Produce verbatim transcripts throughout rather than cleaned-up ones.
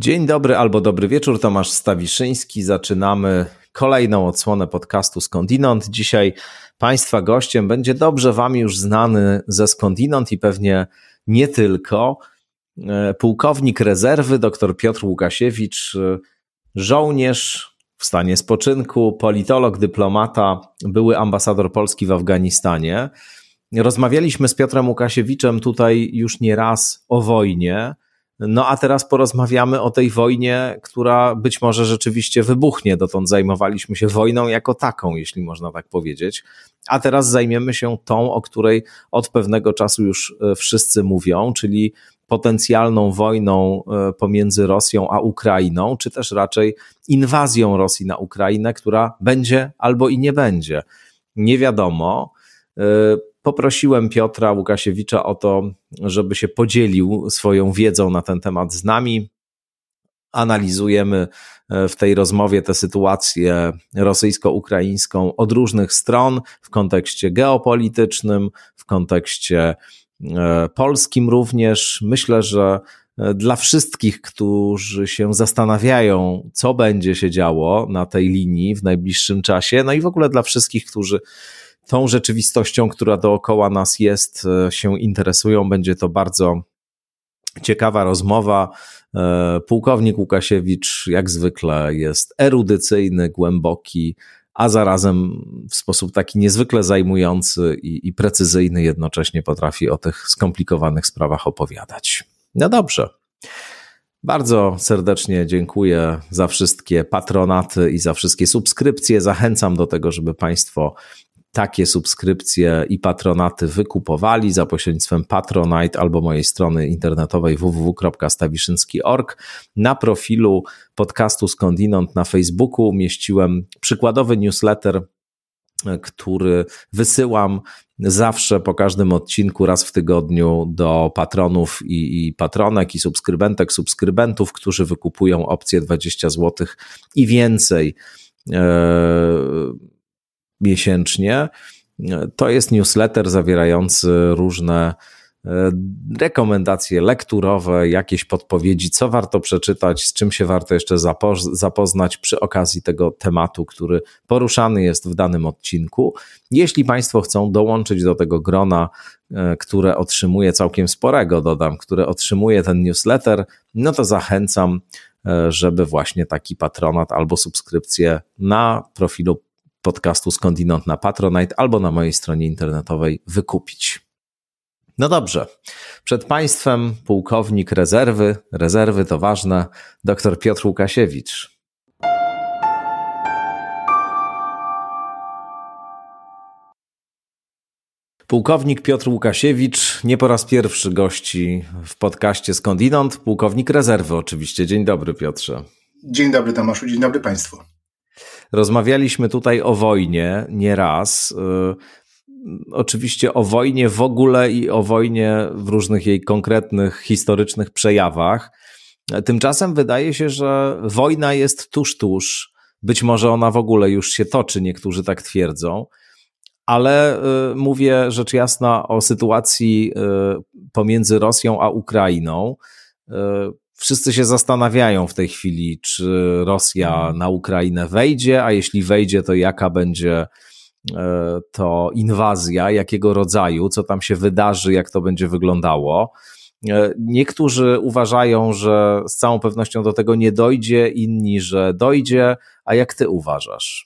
Dzień dobry albo dobry wieczór, Tomasz Stawiszyński. Zaczynamy kolejną odsłonę podcastu Skądinąd. Dzisiaj Państwa gościem będzie dobrze Wam już znany ze Skądinąd i pewnie nie tylko. Pułkownik rezerwy, dr Piotr Łukasiewicz, żołnierz w stanie spoczynku, politolog, dyplomata, były ambasador Polski w Afganistanie. Rozmawialiśmy z Piotrem Łukasiewiczem tutaj już nie raz o wojnie. No a teraz porozmawiamy o tej wojnie, która być może rzeczywiście wybuchnie. Dotąd zajmowaliśmy się wojną jako taką, jeśli można tak powiedzieć. A teraz zajmiemy się tą, o której od pewnego czasu już wszyscy mówią, czyli potencjalną wojną pomiędzy Rosją a Ukrainą, czy też raczej inwazją Rosji na Ukrainę, która będzie albo i nie będzie. Nie wiadomo. Poprosiłem Piotra Łukasiewicza o to, żeby się podzielił swoją wiedzą na ten temat z nami. Analizujemy w tej rozmowie tę sytuację rosyjsko-ukraińską od różnych stron, w kontekście geopolitycznym, w kontekście polskim również. Myślę, że dla wszystkich, którzy się zastanawiają, co będzie się działo na tej linii w najbliższym czasie, no i w ogóle dla wszystkich, którzy tą rzeczywistością, która dookoła nas jest, się interesują. Będzie to bardzo ciekawa rozmowa. Pułkownik Łukasiewicz jak zwykle jest erudycyjny, głęboki, a zarazem w sposób taki niezwykle zajmujący i, i precyzyjny jednocześnie potrafi o tych skomplikowanych sprawach opowiadać. No dobrze. Bardzo serdecznie dziękuję za wszystkie patronaty i za wszystkie subskrypcje. Zachęcam do tego, żeby Państwo takie subskrypcje i patronaty wykupowali za pośrednictwem Patronite albo mojej strony internetowej w w w kropka stawiszynski kropka org. Na profilu podcastu Skądinąd na Facebooku umieściłem przykładowy newsletter, który wysyłam zawsze po każdym odcinku raz w tygodniu do patronów i, i patronek i subskrybentek, subskrybentów, którzy wykupują opcję dwadzieścia złotych i więcej yy, miesięcznie. To jest newsletter zawierający różne rekomendacje lekturowe, jakieś podpowiedzi, co warto przeczytać, z czym się warto jeszcze zapo- zapoznać przy okazji tego tematu, który poruszany jest w danym odcinku. Jeśli Państwo chcą dołączyć do tego grona, które otrzymuje całkiem sporego, dodam, które otrzymuje ten newsletter, no to zachęcam, żeby właśnie taki patronat albo subskrypcję na profilu podcastu Skądinąd na Patronite albo na mojej stronie internetowej wykupić. No dobrze, przed Państwem pułkownik rezerwy, rezerwy to ważne, dr Piotr Łukasiewicz. Pułkownik Piotr Łukasiewicz nie po raz pierwszy gości w podcaście Skądinąd, pułkownik rezerwy oczywiście. Dzień dobry, Piotrze. Dzień dobry, Tomaszu, dzień dobry Państwu. Rozmawialiśmy tutaj o wojnie nie raz. Oczywiście o wojnie w ogóle i o wojnie w różnych jej konkretnych, historycznych przejawach. Tymczasem wydaje się, że wojna jest tuż, tuż. Być może ona w ogóle już się toczy, niektórzy tak twierdzą. Ale y, mówię rzecz jasna o sytuacji y, pomiędzy Rosją a Ukrainą. Y, Wszyscy się zastanawiają w tej chwili, czy Rosja na Ukrainę wejdzie, a jeśli wejdzie, to jaka będzie to inwazja, jakiego rodzaju, co tam się wydarzy, jak to będzie wyglądało. Niektórzy uważają, że z całą pewnością do tego nie dojdzie, inni, że dojdzie, a jak ty uważasz?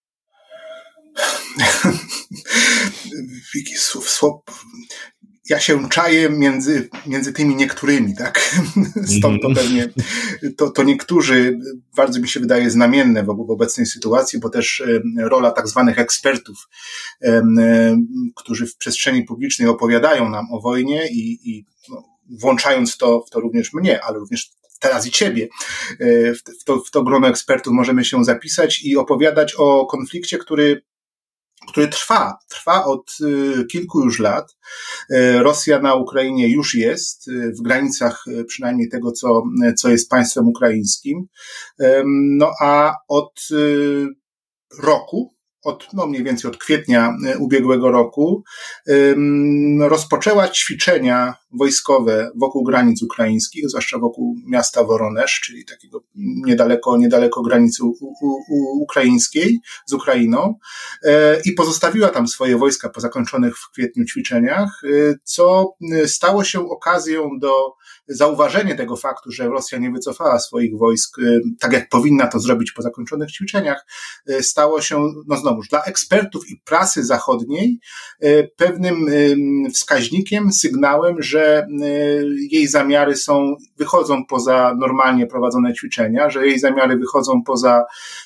Wiki, słów, ja się czaję między, między tymi niektórymi, tak? Stąd to pewnie, to, to niektórzy, bardzo mi się wydaje znamienne w, w obecnej sytuacji, bo też rola tak zwanych ekspertów, którzy w przestrzeni publicznej opowiadają nam o wojnie i, i no, włączając to, w to również mnie, ale również teraz i ciebie, w to, w to grono ekspertów możemy się zapisać i opowiadać o konflikcie, który który trwa, trwa od y, kilku już lat. Y, Rosja na Ukrainie już jest, y, w granicach y, przynajmniej tego, co, co jest państwem ukraińskim. Y, no a od y, roku od, no mniej więcej od kwietnia ubiegłego roku, rozpoczęła ćwiczenia wojskowe wokół granic ukraińskich, zwłaszcza wokół miasta Woronesz, czyli takiego niedaleko, niedaleko granicy u, u, u, ukraińskiej z Ukrainą, i pozostawiła tam swoje wojska po zakończonych w kwietniu ćwiczeniach, co stało się okazją do zauważenia tego faktu, że Rosja nie wycofała swoich wojsk tak, jak powinna to zrobić po zakończonych ćwiczeniach, stało się, no znowuż, dla ekspertów i prasy zachodniej pewnym wskaźnikiem, sygnałem, że jej zamiary są, wychodzą poza normalnie prowadzone ćwiczenia, że jej zamiary wychodzą poza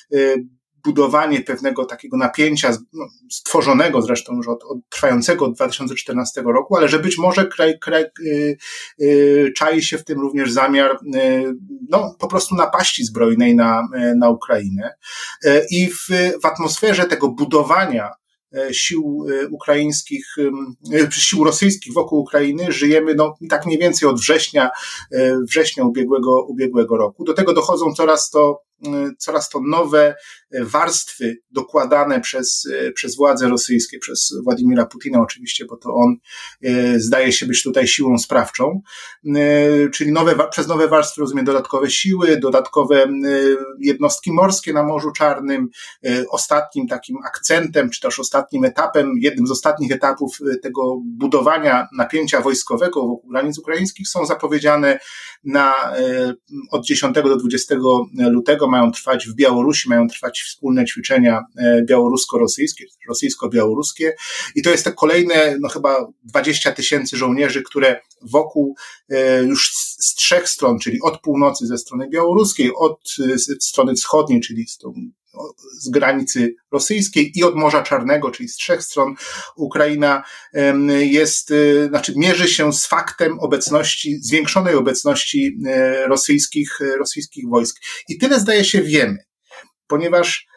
budowanie pewnego takiego napięcia, no, stworzonego zresztą już od, od trwającego od dwa tysiące czternastego roku, ale że być może kraj, kraj, yy, yy, czai się w tym również zamiar yy, no, po prostu napaści zbrojnej na, yy, na Ukrainę. Yy, I w, w atmosferze tego budowania sił ukraińskich, sił rosyjskich wokół Ukrainy żyjemy, no, tak mniej więcej od września, września ubiegłego, ubiegłego roku. Do tego dochodzą coraz to, coraz to nowe warstwy dokładane przez, przez władze rosyjskie, przez Władimira Putina oczywiście, bo to on zdaje się być tutaj siłą sprawczą, czyli nowe, przez nowe warstwy rozumiem dodatkowe siły, dodatkowe jednostki morskie na Morzu Czarnym. Ostatnim takim akcentem, czy też ostatnim etapem, jednym z ostatnich etapów tego budowania napięcia wojskowego wokół granic ukraińskich są zapowiedziane na, od dziesiątego do dwudziestego lutego mają trwać w Białorusi, mają trwać wspólne ćwiczenia białorusko-rosyjskie, rosyjsko-białoruskie i to jest te kolejne, no chyba dwadzieścia tysięcy żołnierzy, które wokół już z trzech stron, czyli od północy ze strony białoruskiej, od strony wschodniej, czyli z tą z granicy rosyjskiej i od Morza Czarnego, czyli z trzech stron Ukraina jest, znaczy mierzy się z faktem obecności, zwiększonej obecności rosyjskich, rosyjskich wojsk. I tyle zdaje się wiemy, ponieważ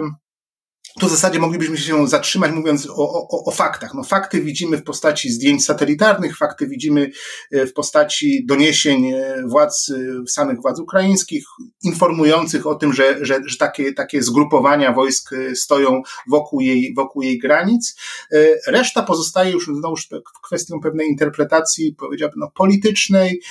tu w zasadzie moglibyśmy się zatrzymać mówiąc o, o, o faktach. No, fakty widzimy w postaci zdjęć satelitarnych, fakty widzimy w postaci doniesień władz, samych władz ukraińskich, informujących o tym, że, że, że takie, takie zgrupowania wojsk stoją wokół jej, wokół jej granic. Reszta pozostaje już znowu kwestią pewnej interpretacji, powiedziałbym, no, politycznej,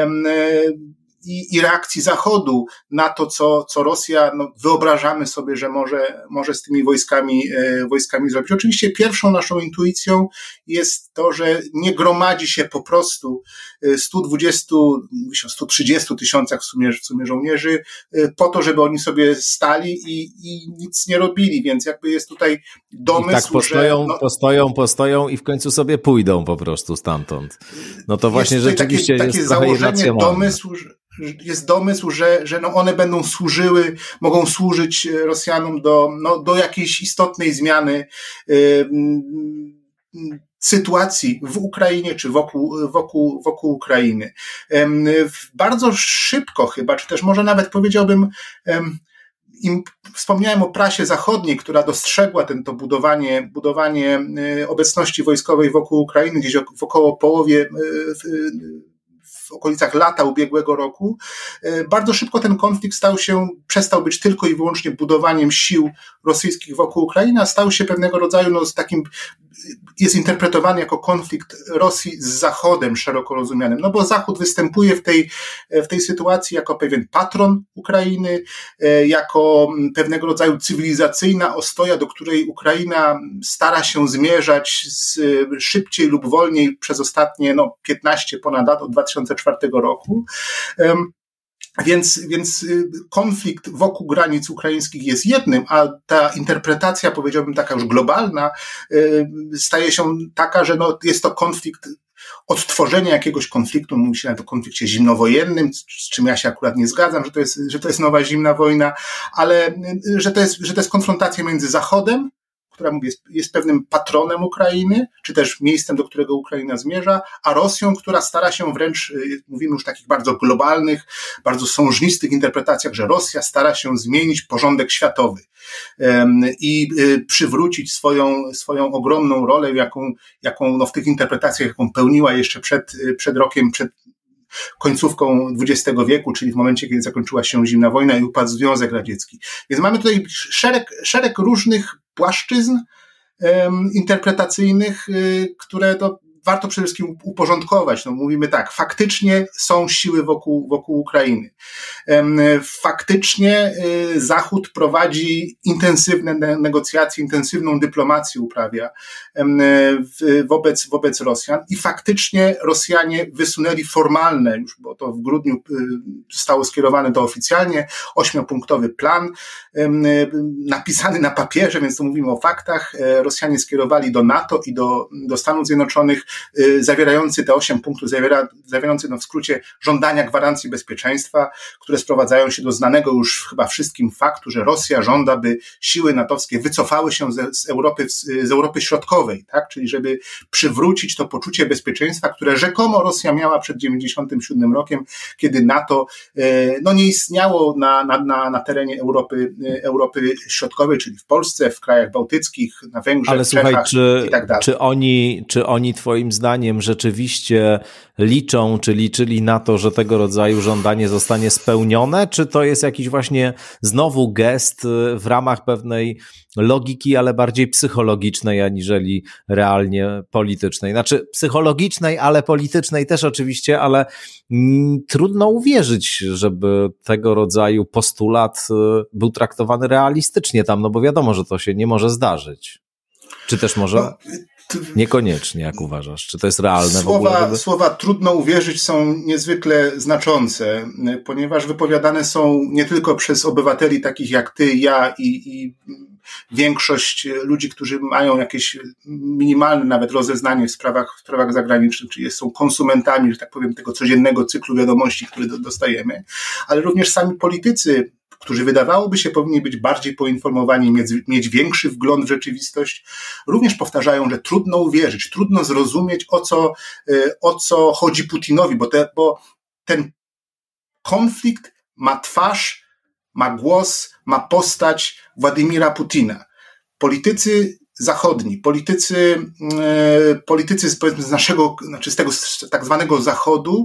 I, i reakcji Zachodu na to, co, co Rosja, no, wyobrażamy sobie, że może, może z tymi wojskami, e, wojskami zrobić. Oczywiście pierwszą naszą intuicją jest to, że nie gromadzi się po prostu sto dwadzieścia, sto trzydzieści tysiącach w sumie, w sumie żołnierzy po to, żeby oni sobie stali i, i nic nie robili, więc jakby jest tutaj domysł, I tak postoją, że... No, postoją, postoją i w końcu sobie pójdą po prostu stamtąd. No to właśnie rzeczywiście takie, takie jest trochę irracjonalne. Domysł, że jest domysł, że, że no one będą służyły, mogą służyć Rosjanom do, no, do jakiejś istotnej zmiany yy, sytuacji w Ukrainie czy wokół, wokół, wokół Ukrainy. Yy, bardzo szybko chyba, czy też może nawet powiedziałbym, yy, im wspomniałem o prasie zachodniej, która dostrzegła ten, to budowanie, budowanie yy, obecności wojskowej wokół Ukrainy gdzieś w około połowie yy, w okolicach lata ubiegłego roku, bardzo szybko ten konflikt stał się, przestał być tylko i wyłącznie budowaniem sił rosyjskich wokół Ukrainy, a stał się pewnego rodzaju, no, z takim, jest interpretowany jako konflikt Rosji z Zachodem szeroko rozumianym, no bo Zachód występuje w tej, w tej sytuacji jako pewien patron Ukrainy, jako pewnego rodzaju cywilizacyjna ostoja, do której Ukraina stara się zmierzać z, szybciej lub wolniej przez ostatnie, no, piętnaście ponad lat od dwa tysiące czwartego roku. Więc, więc konflikt wokół granic ukraińskich jest jednym, a ta interpretacja, powiedziałbym taka już globalna, staje się taka, że no jest to konflikt, odtworzenie jakiegoś konfliktu, mówi się o konflikcie zimnowojennym, z czym ja się akurat nie zgadzam, że to jest, że to jest nowa zimna wojna, ale że to jest, że to jest konfrontacja między Zachodem, która mówię, jest, jest pewnym patronem Ukrainy, czy też miejscem, do którego Ukraina zmierza, a Rosją, która stara się wręcz, mówimy już o takich bardzo globalnych, bardzo sążnistych interpretacjach, że Rosja stara się zmienić porządek światowy um, i y, przywrócić swoją, swoją ogromną rolę, jaką, jaką no, w tych interpretacjach, jaką pełniła jeszcze przed, przed rokiem, przed końcówką dwudziestego wieku, czyli w momencie, kiedy zakończyła się zimna wojna i upadł Związek Radziecki. Więc mamy tutaj szereg, szereg różnych płaszczyzn interpretacyjnych, które to warto przede wszystkim uporządkować. No, mówimy tak, faktycznie są siły wokół, wokół Ukrainy. Faktycznie Zachód prowadzi intensywne negocjacje, intensywną dyplomację uprawia wobec, wobec Rosjan i faktycznie Rosjanie wysunęli formalne, już bo to w grudniu zostało skierowane to oficjalnie, ośmiopunktowy plan napisany na papierze, więc to mówimy o faktach. Rosjanie skierowali do NATO i do, do Stanów Zjednoczonych zawierający te osiem punktów, zawiera, zawierający no w skrócie żądania gwarancji bezpieczeństwa, które sprowadzają się do znanego już chyba wszystkim faktu, że Rosja żąda, by siły natowskie wycofały się z, z Europy, z Europy Środkowej, tak? Czyli żeby przywrócić to poczucie bezpieczeństwa, które rzekomo Rosja miała przed dziewięćdziesiątym siódmym rokiem, kiedy NATO no nie istniało na, na, na, na terenie Europy, Europy Środkowej, czyli w Polsce, w krajach bałtyckich, na Węgrzech, ale w Czechach słuchaj, czy, i tak dalej. Czy oni, czy oni twoim zdaniem rzeczywiście liczą, czy liczyli na to, że tego rodzaju żądanie zostanie spełnione, czy to jest jakiś właśnie znowu gest w ramach pewnej logiki, ale bardziej psychologicznej, aniżeli realnie politycznej? Znaczy psychologicznej, ale politycznej też oczywiście, ale mm, trudno uwierzyć, żeby tego rodzaju postulat był traktowany realistycznie tam, no bo wiadomo, że to się nie może zdarzyć. Czy też może? No, niekoniecznie, jak uważasz? Czy to jest realne słowa, w ogóle? Żeby... Słowa trudno uwierzyć są niezwykle znaczące, ponieważ wypowiadane są nie tylko przez obywateli takich jak ty, ja i, i większość ludzi, którzy mają jakieś minimalne nawet rozeznanie w sprawach, w sprawach zagranicznych, czyli są konsumentami, że tak powiem, tego codziennego cyklu wiadomości, który dostajemy, ale również sami politycy, którzy wydawałoby się powinni być bardziej poinformowani, mieć, mieć większy wgląd w rzeczywistość, również powtarzają, że trudno uwierzyć, trudno zrozumieć, o co, o co chodzi Putinowi, bo, te, bo ten konflikt ma twarz, ma głos, ma postać Władimira Putina. Politycy zachodni, politycy, politycy powiedzmy z naszego, znaczy z tego z tak zwanego Zachodu,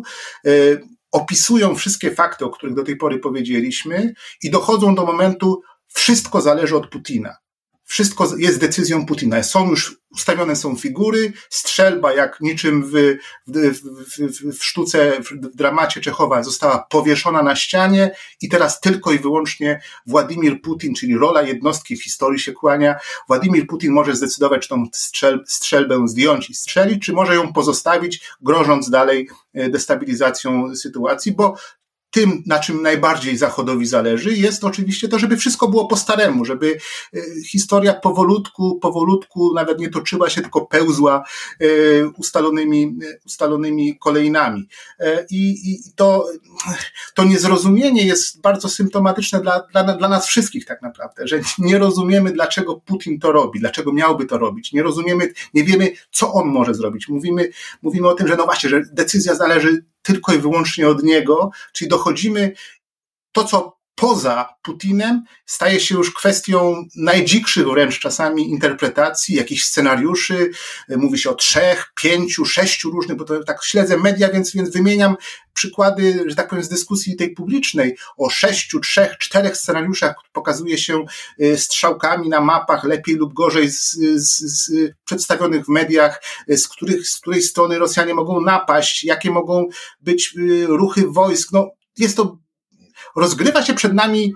opisują wszystkie fakty, o których do tej pory powiedzieliśmy i dochodzą do momentu, wszystko zależy od Putina. Wszystko jest decyzją Putina. Są już ustawione są figury, strzelba jak niczym w, w, w, w sztuce, w dramacie Czechowa została powieszona na ścianie i teraz tylko i wyłącznie Władimir Putin, czyli rola jednostki w historii się kłania. Władimir Putin może zdecydować, czy tą strzel, strzelbę zdjąć i strzelić, czy może ją pozostawić, grożąc dalej destabilizacją sytuacji, bo tym, na czym najbardziej Zachodowi zależy, jest oczywiście to, żeby wszystko było po staremu, żeby historia powolutku, powolutku nawet nie toczyła się, tylko pełzła ustalonymi, ustalonymi kolejnami. I, i to, to niezrozumienie jest bardzo symptomatyczne dla, dla, dla nas wszystkich tak naprawdę, że nie rozumiemy, dlaczego Putin to robi, dlaczego miałby to robić. Nie rozumiemy, nie wiemy, co on może zrobić. Mówimy, mówimy o tym, że no właśnie, że decyzja zależy tylko i wyłącznie od niego, czyli dochodzimy, to co poza Putinem staje się już kwestią najdzikszych wręcz czasami interpretacji, jakichś scenariuszy, mówi się o trzech, pięciu, sześciu różnych, bo to tak śledzę media, więc, więc wymieniam przykłady, że tak powiem, z dyskusji tej publicznej, o sześciu, trzech, czterech scenariuszach pokazuje się strzałkami na mapach, lepiej lub gorzej z, z, z przedstawionych w mediach, z których, z której strony Rosjanie mogą napaść, jakie mogą być ruchy wojsk. No, jest to rozgrywa się przed nami,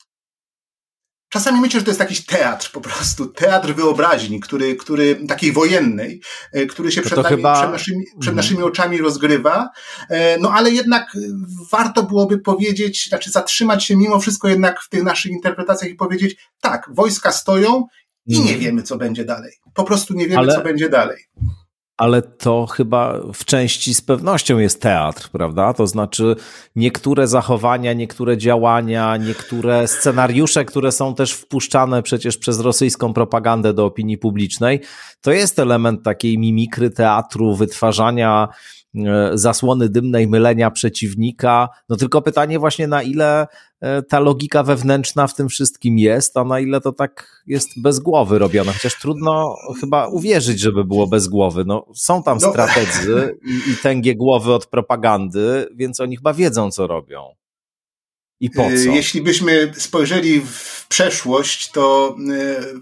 czasami myślę, że to jest jakiś teatr po prostu, teatr wyobraźni, który, który takiej wojennej, który się przed, nami, chyba... przed, naszymi, przed mhm. naszymi oczami rozgrywa, no ale jednak warto byłoby powiedzieć, znaczy zatrzymać się mimo wszystko jednak w tych naszych interpretacjach i powiedzieć, tak, wojska stoją i mhm. nie wiemy, co będzie dalej. Po prostu nie wiemy, ale... co będzie dalej. Ale to chyba w części z pewnością jest teatr, prawda? To znaczy niektóre zachowania, niektóre działania, niektóre scenariusze, które są też wpuszczane przecież przez rosyjską propagandę do opinii publicznej, to jest element takiej mimikry teatru, wytwarzania zasłony dymnej, mylenia przeciwnika. No tylko pytanie właśnie, na ile ta logika wewnętrzna w tym wszystkim jest, a na ile to tak jest bez głowy robione. Chociaż trudno chyba uwierzyć, żeby było bez głowy. No, są tam no. strategzy i, i tęgie głowy od propagandy, więc oni chyba wiedzą, co robią. I po co? Jeśli byśmy spojrzeli w przeszłość, to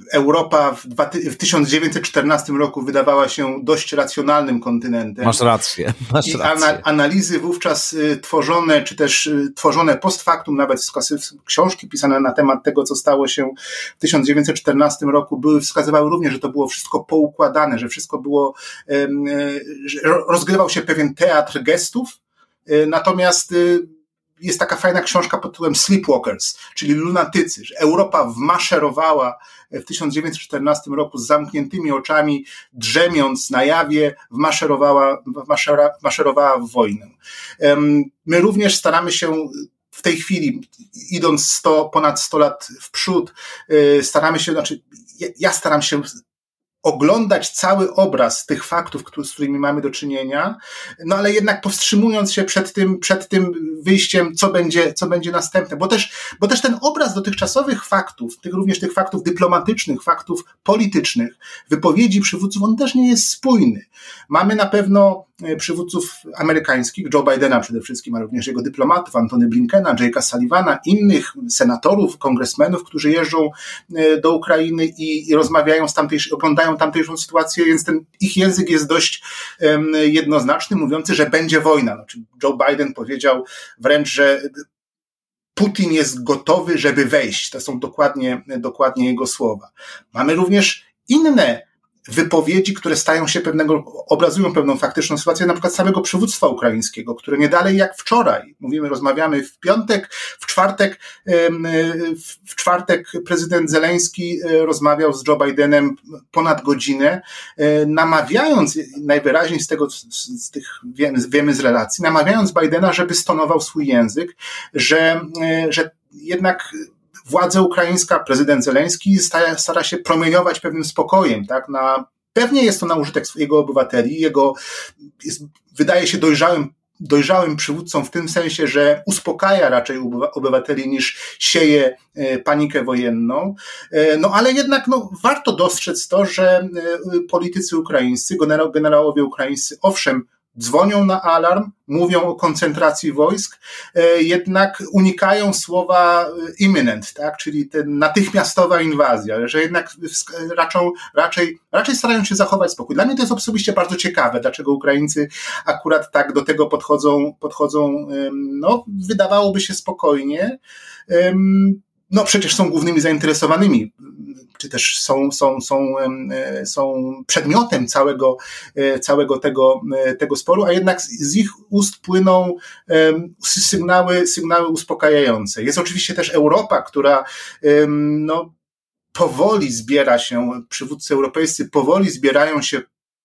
Europa w, w tysiąc dziewięćset czternastym roku wydawała się dość racjonalnym kontynentem. Masz rację, masz I rację. Ana, analizy wówczas tworzone, czy też tworzone post factum, nawet książki pisane na temat tego, co stało się w tysiąc dziewięćset czternastym roku, były, wskazywały również, że to było wszystko poukładane, że wszystko było, że rozgrywał się pewien teatr gestów, natomiast jest taka fajna książka pod tytułem Sleepwalkers, czyli lunatycy, że Europa wmaszerowała w tysiąc dziewięćset czternastym roku z zamkniętymi oczami, drzemiąc na jawie, wmaszerowała, wmaszera, wmaszerowała w wojnę. My również staramy się w tej chwili, idąc sto, ponad sto lat w przód, staramy się, znaczy ja staram się oglądać cały obraz tych faktów, z którymi mamy do czynienia, no ale jednak powstrzymując się przed tym, przed tym wyjściem, co będzie, co będzie następne, bo też, bo też ten obraz dotychczasowych faktów, tych, również tych faktów dyplomatycznych, faktów politycznych, wypowiedzi przywódców, on też nie jest spójny. Mamy na pewno przywódców amerykańskich, Joe Bidena przede wszystkim, a również jego dyplomatów, Antony Blinkena, Jake'a Sullivana, innych senatorów, kongresmenów, którzy jeżdżą do Ukrainy i, i rozmawiają z tamtej, oglądają tamtejszą sytuację, więc ten ich język jest dość um, jednoznaczny, mówiący, że będzie wojna. Znaczy Joe Biden powiedział wręcz, że Putin jest gotowy, żeby wejść. To są dokładnie, dokładnie jego słowa. Mamy również inne wypowiedzi, które stają się pewnego, obrazują pewną faktyczną sytuację, na przykład samego przywództwa ukraińskiego, które nie dalej jak wczoraj, mówimy, rozmawiamy w piątek, w czwartek, w czwartek prezydent Zełenski rozmawiał z Joe Bidenem ponad godzinę, namawiając najwyraźniej z tego, z tych wiemy, wiemy z relacji, namawiając Bidena, żeby stonował swój język, że, że jednak władza ukraińska, prezydent Zełenski stara, stara się promieniować pewnym spokojem, tak? Na, pewnie jest to na użytek jego obywateli, jego jest, wydaje się dojrzałym, dojrzałym przywódcą w tym sensie, że uspokaja raczej obywateli niż sieje panikę wojenną. No ale jednak no, warto dostrzec to, że politycy ukraińscy, generałowie ukraińscy, owszem, dzwonią na alarm, mówią o koncentracji wojsk, jednak unikają słowa imminent, tak, czyli ten natychmiastowa inwazja, że jednak raczą, raczej, raczej starają się zachować spokój. Dla mnie to jest osobiście bardzo ciekawe, dlaczego Ukraińcy akurat tak do tego podchodzą, podchodzą, no, wydawałoby się spokojnie. No przecież są głównymi zainteresowanymi, czy też są, są, są, są przedmiotem całego, całego tego, tego sporu, a jednak z ich ust płyną sygnały, sygnały uspokajające. Jest oczywiście też Europa, która no, powoli zbiera się, przywódcy europejscy powoli zbierają się,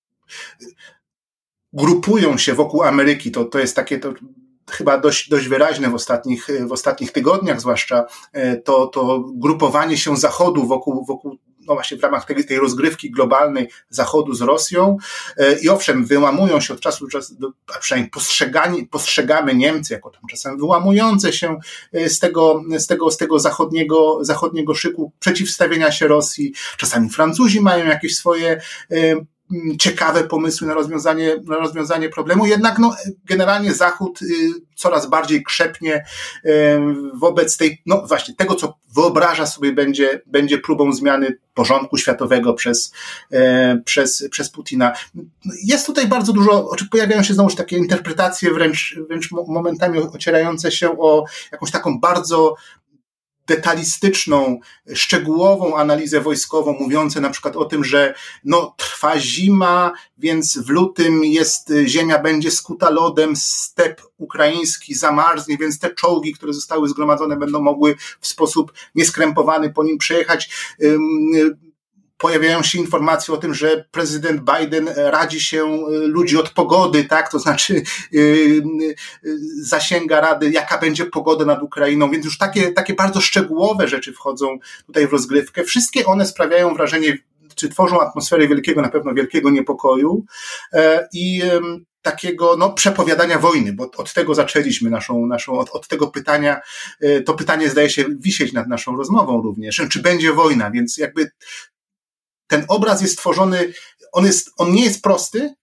grupują się wokół Ameryki. To, to jest takie... To, chyba dość, dość wyraźne w ostatnich, w ostatnich tygodniach, zwłaszcza to, to grupowanie się Zachodu wokół, wokół no właśnie w ramach tej, tej rozgrywki globalnej Zachodu z Rosją. I owszem, wyłamują się od czasu do czasu, a przynajmniej postrzegani, postrzegamy Niemcy jako tam czasem wyłamujące się z tego, z tego, z tego zachodniego, zachodniego szyku przeciwstawienia się Rosji. Czasami Francuzi mają jakieś swoje ciekawe pomysły na rozwiązanie, na rozwiązanie problemu, jednak no, generalnie Zachód y, coraz bardziej krzepnie y, wobec tej, no właśnie tego, co wyobraża sobie będzie, będzie próbą zmiany porządku światowego przez, y, przez, przez Putina. Jest tutaj bardzo dużo, pojawiają się znowu takie interpretacje wręcz, wręcz momentami ocierające się o jakąś taką bardzo detalistyczną, szczegółową analizę wojskową, mówiące na przykład o tym, że no, trwa zima, więc w lutym jest, ziemia będzie skuta lodem, step ukraiński zamarznie, więc te czołgi, które zostały zgromadzone, będą mogły w sposób nieskrępowany po nim przejechać. Pojawiają się informacje o tym, że prezydent Biden radzi się ludzi od pogody, tak, to znaczy yy, yy, zasięga rady, jaka będzie pogoda nad Ukrainą, więc już takie, takie bardzo szczegółowe rzeczy wchodzą tutaj w rozgrywkę. Wszystkie one sprawiają wrażenie, czy tworzą atmosferę wielkiego, na pewno wielkiego niepokoju yy, i yy, takiego no, przepowiadania wojny, bo od tego zaczęliśmy naszą, naszą od, od tego pytania, yy, to pytanie zdaje się wisieć nad naszą rozmową również, czy będzie wojna, więc jakby ten obraz jest tworzony, on jest, on nie jest prosty,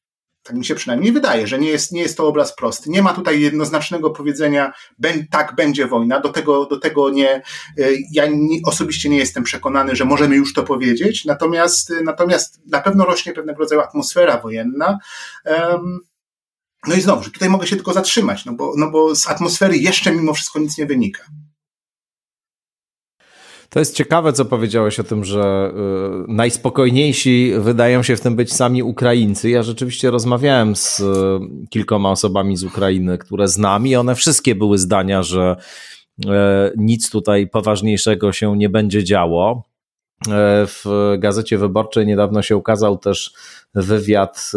Tak mi się przynajmniej wydaje, że nie jest, nie jest to obraz prosty. Nie ma tutaj jednoznacznego powiedzenia, tak, będzie wojna. Do tego, do tego nie, ja nie, osobiście nie jestem przekonany, że możemy już to powiedzieć. Natomiast, natomiast na pewno rośnie pewnego rodzaju atmosfera wojenna. No i znowu, że tutaj mogę się tylko zatrzymać, no bo, no bo z atmosfery jeszcze mimo wszystko nic nie wynika. To jest ciekawe, co powiedziałeś o tym, że y, najspokojniejsi wydają się w tym być sami Ukraińcy. Ja rzeczywiście rozmawiałem z y, kilkoma osobami z Ukrainy, które znam i one wszystkie były zdania, że y, nic tutaj poważniejszego się nie będzie działo. Y, w Gazecie Wyborczej niedawno się ukazał też wywiad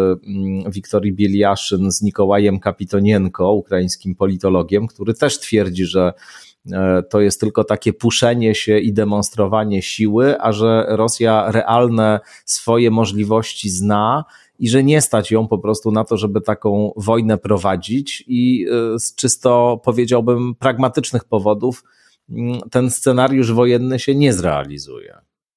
y, Wiktorii Bieliaszyn z Nikołajem Kapitonienko, ukraińskim politologiem, który też twierdzi, że to jest tylko takie puszenie się i demonstrowanie siły, a że Rosja realne swoje możliwości zna i że nie stać ją po prostu na to, żeby taką wojnę prowadzić i z czysto, powiedziałbym, pragmatycznych powodów ten scenariusz wojenny się nie zrealizuje.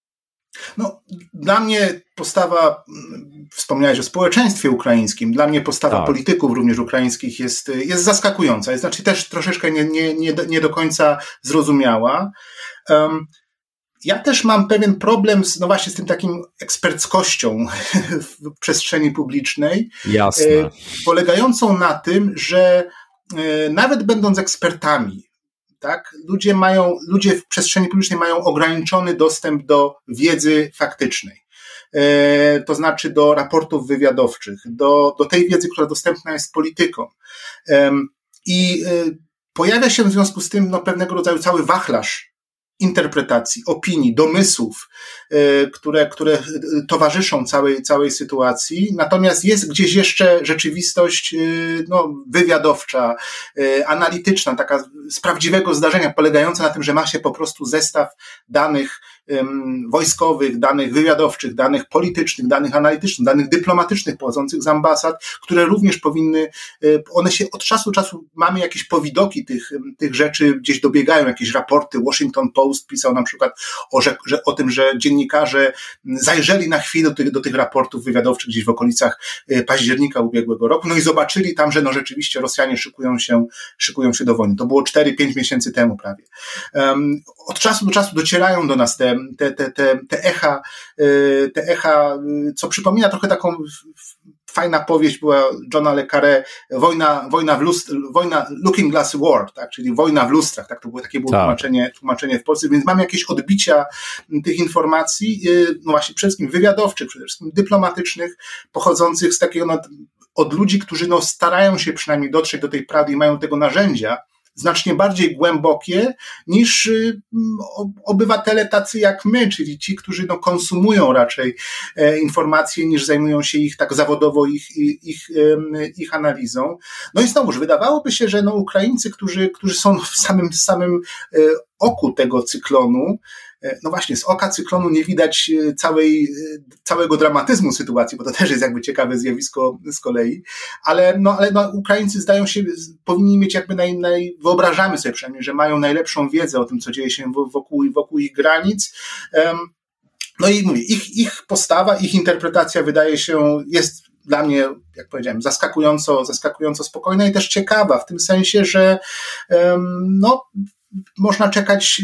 No, dla mnie postawa, wspomniałeś o społeczeństwie ukraińskim, dla mnie postawa tak. polityków również ukraińskich jest, jest zaskakująca, jest znaczy też troszeczkę nie, nie, nie, nie do końca zrozumiała. Um, ja też mam pewien problem z, no właśnie z tym takim eksperckością w przestrzeni publicznej. Jasne. E, polegającą na tym, że e, nawet będąc ekspertami, tak? Ludzie mają, ludzie w przestrzeni publicznej mają ograniczony dostęp do wiedzy faktycznej. E, to znaczy do raportów wywiadowczych, do, do tej wiedzy, która dostępna jest politykom. E, I e, pojawia się w związku z tym no, pewnego rodzaju cały wachlarz interpretacji, opinii, domysłów, y, które, które towarzyszą całej, całej sytuacji. Natomiast jest gdzieś jeszcze rzeczywistość y, no, wywiadowcza, y, analityczna, taka z prawdziwego zdarzenia, polegająca na tym, że ma się po prostu zestaw danych y, wojskowych, danych wywiadowczych, danych politycznych, danych analitycznych, danych dyplomatycznych pochodzących z ambasad, które również powinny, y, one się od czasu do czasu, mamy jakieś powidoki tych, tych rzeczy, gdzieś dobiegają jakieś raporty. Washington Post pisał na przykład o, że, że, o tym, że dziennikarze zajrzeli na chwilę do tych, do tych raportów wywiadowczych gdzieś w okolicach października ubiegłego roku, no i zobaczyli tam, że no rzeczywiście Rosjanie szykują się, szykują się do wojny. To było cztery pięć miesięcy temu prawie. Um, od czasu do czasu docierają do nas te, te, te, te, te echa, te echa, co przypomina trochę taką fajna powieść była Johna le Carré, wojna, wojna w lustr, wojna Looking Glass War, tak, czyli wojna w lustrach, tak, to było takie było tak. tłumaczenie, tłumaczenie w Polsce, więc mamy jakieś odbicia tych informacji, no właśnie przede wszystkim wywiadowczych, przede wszystkim dyplomatycznych, pochodzących z takiego, no, od ludzi, którzy no starają się przynajmniej dotrzeć do tej prawdy i mają tego narzędzia, znacznie bardziej głębokie niż obywatele tacy jak my, czyli ci, którzy no konsumują raczej e, informacje, niż zajmują się ich tak zawodowo ich, ich, ich analizą. No i znowuż wydawałoby się, że no Ukraińcy, którzy, którzy są w samym, samym e, oku tego cyklonu, no właśnie, z oka cyklonu nie widać całej, całego dramatyzmu sytuacji, bo to też jest jakby ciekawe zjawisko z kolei, ale no, ale no Ukraińcy zdają się, powinni mieć jakby naj, naj, wyobrażamy sobie przynajmniej, że mają najlepszą wiedzę o tym, co dzieje się wokół, wokół ich granic. No i mówię, ich, ich postawa, ich interpretacja wydaje się, jest dla mnie, jak powiedziałem, zaskakująco, zaskakująco spokojna i też ciekawa, w tym sensie, że no, można czekać,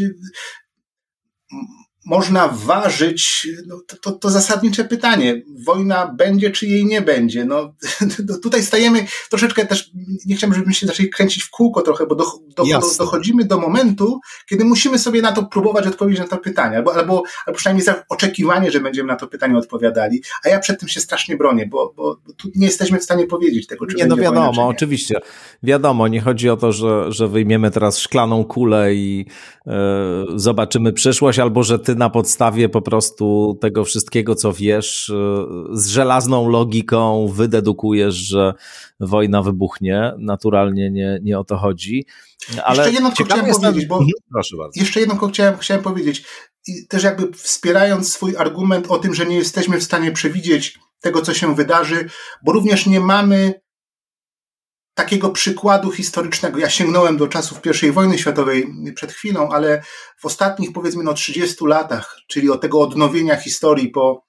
można ważyć, no to, to, to zasadnicze pytanie, wojna będzie czy jej nie będzie, no tutaj stajemy troszeczkę też, nie chciałbym, żebyśmy się zaczęli kręcić w kółko trochę, bo do, do, do, dochodzimy do momentu, kiedy musimy sobie na to próbować odpowiedzieć na to pytanie, albo, albo, albo przynajmniej za oczekiwanie, że będziemy na to pytanie odpowiadali, a ja przed tym się strasznie bronię, bo, bo, bo tu nie jesteśmy w stanie powiedzieć tego, czy nie, będzie no wiadomo, wojna, czy nie. Oczywiście, wiadomo, nie chodzi o to, że, że wyjmiemy teraz szklaną kulę i yy, zobaczymy przyszłość, albo że ty na podstawie po prostu tego wszystkiego, co wiesz, z żelazną logiką wydedukujesz, że wojna wybuchnie. Naturalnie nie, nie o to chodzi. Ale jeszcze jedno, co chciałem powiedzieć, bo Proszę bardzo. Jeszcze jedno, co chciałem, chciałem powiedzieć. I też jakby wspierając swój argument o tym, że nie jesteśmy w stanie przewidzieć tego, co się wydarzy, bo również nie mamy takiego przykładu historycznego. Ja sięgnąłem do czasów pierwszej wojny światowej przed chwilą, ale w ostatnich powiedzmy no trzydziestu latach, czyli od tego odnowienia historii po,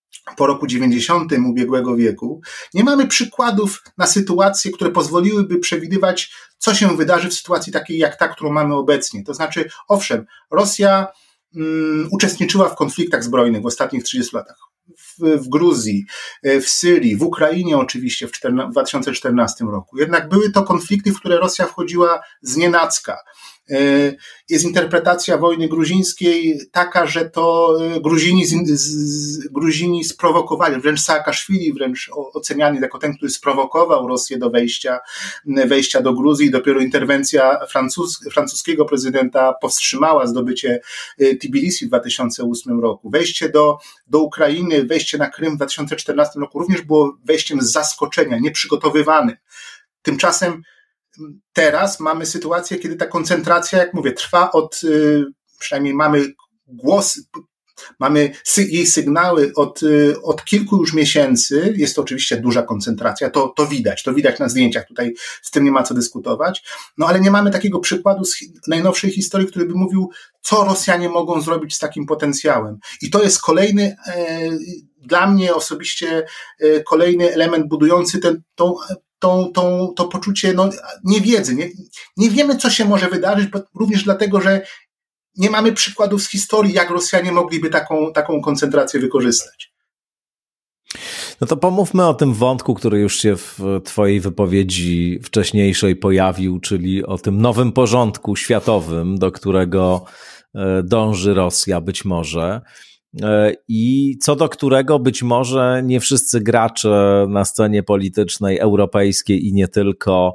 po roku dziewięćdziesiątym ubiegłego wieku, nie mamy przykładów na sytuacje, które pozwoliłyby przewidywać, co się wydarzy w sytuacji takiej jak ta, którą mamy obecnie. To znaczy, owszem, Rosja um, uczestniczyła w konfliktach zbrojnych w ostatnich trzydziestu latach. W, w Gruzji, w Syrii, w Ukrainie oczywiście w, w dwa tysiące czternastym roku. Jednak były to konflikty, w które Rosja wchodziła znienacka. Jest interpretacja wojny gruzińskiej taka, że to Gruzini, z, z, Gruzini sprowokowali, wręcz Saakaszwili, wręcz oceniany jako ten, który sprowokował Rosję do wejścia, wejścia do Gruzji. Dopiero interwencja francuz, francuskiego prezydenta powstrzymała zdobycie Tbilisi w dwa tysiące ósmym roku. Wejście do, do Ukrainy, wejście na Krym w dwa tysiące czternastym roku również było wejściem z zaskoczenia, nieprzygotowywanym. Tymczasem teraz mamy sytuację, kiedy ta koncentracja, jak mówię, trwa od, przynajmniej mamy głos, mamy jej sygnały od, od kilku już miesięcy. Jest to oczywiście duża koncentracja, to, to widać, to widać na zdjęciach, tutaj z tym nie ma co dyskutować, no ale nie mamy takiego przykładu z najnowszej historii, który by mówił, co Rosjanie mogą zrobić z takim potencjałem. I to jest kolejny, e, dla mnie osobiście e, kolejny element budujący ten, tą Tą, tą, to poczucie no, niewiedzy. Nie, nie wiemy, co się może wydarzyć, bo również dlatego, że nie mamy przykładów z historii, jak Rosjanie mogliby taką, taką koncentrację wykorzystać. No to pomówmy o tym wątku, który już się w twojej wypowiedzi wcześniejszej pojawił, czyli o tym nowym porządku światowym, do którego dąży Rosja być może. I co do którego być może nie wszyscy gracze na scenie politycznej europejskiej i nie tylko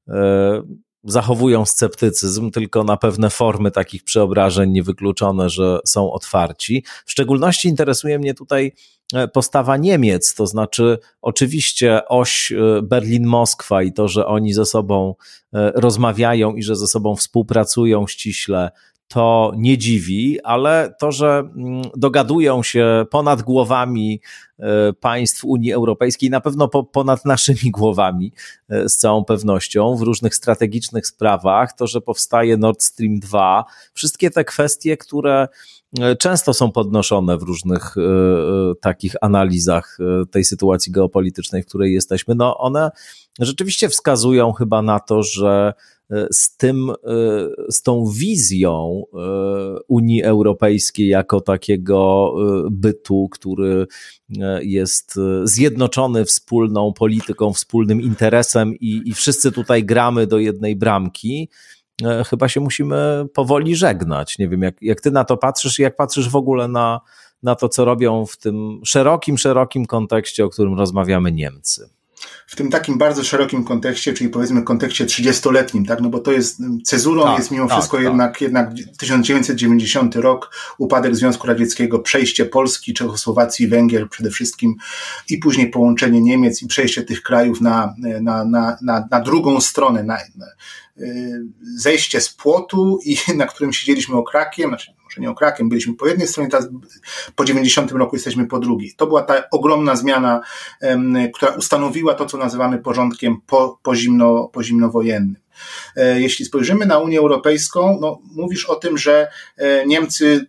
zachowują sceptycyzm, tylko na pewne formy takich przeobrażeń niewykluczone, że są otwarci. W szczególności interesuje mnie tutaj postawa Niemiec, to znaczy oczywiście oś Berlin-Moskwa i to, że oni ze sobą rozmawiają i że ze sobą współpracują ściśle, to nie dziwi, ale to, że dogadują się ponad głowami państw Unii Europejskiej, na pewno po, ponad naszymi głowami z całą pewnością w różnych strategicznych sprawach, to, że powstaje Nord Stream dwa, wszystkie te kwestie, które często są podnoszone w różnych y, y, takich analizach y, tej sytuacji geopolitycznej, w której jesteśmy, no one rzeczywiście wskazują chyba na to, że z tym, z tą wizją Unii Europejskiej jako takiego bytu, który jest zjednoczony wspólną polityką, wspólnym interesem i, i wszyscy tutaj gramy do jednej bramki, chyba się musimy powoli żegnać. Nie wiem, jak, jak ty na to patrzysz i jak patrzysz w ogóle na, na to, co robią w tym szerokim, szerokim kontekście, o którym rozmawiamy Niemcy. W tym takim bardzo szerokim kontekście, czyli powiedzmy kontekście trzydziestoletnim, tak, no bo to jest, cezurą tak, jest mimo tak, wszystko tak. Jednak, jednak tysiąc dziewięćset dziewięćdziesiąty rok, upadek Związku Radzieckiego, przejście Polski, Czechosłowacji, Węgier przede wszystkim i później połączenie Niemiec i przejście tych krajów na, na, na, na, na drugą stronę, na, na zejście z płotu, i na którym siedzieliśmy okrakiem, znaczy może nie okrakiem, byliśmy po jednej stronie, teraz po dziewięćdziesiątym roku jesteśmy po drugiej. To była ta ogromna zmiana, um, która ustanowiła to, co nazywamy porządkiem po, po, zimno, po zimnowojennym. E, jeśli spojrzymy na Unię Europejską, no, mówisz o tym, że e, Niemcy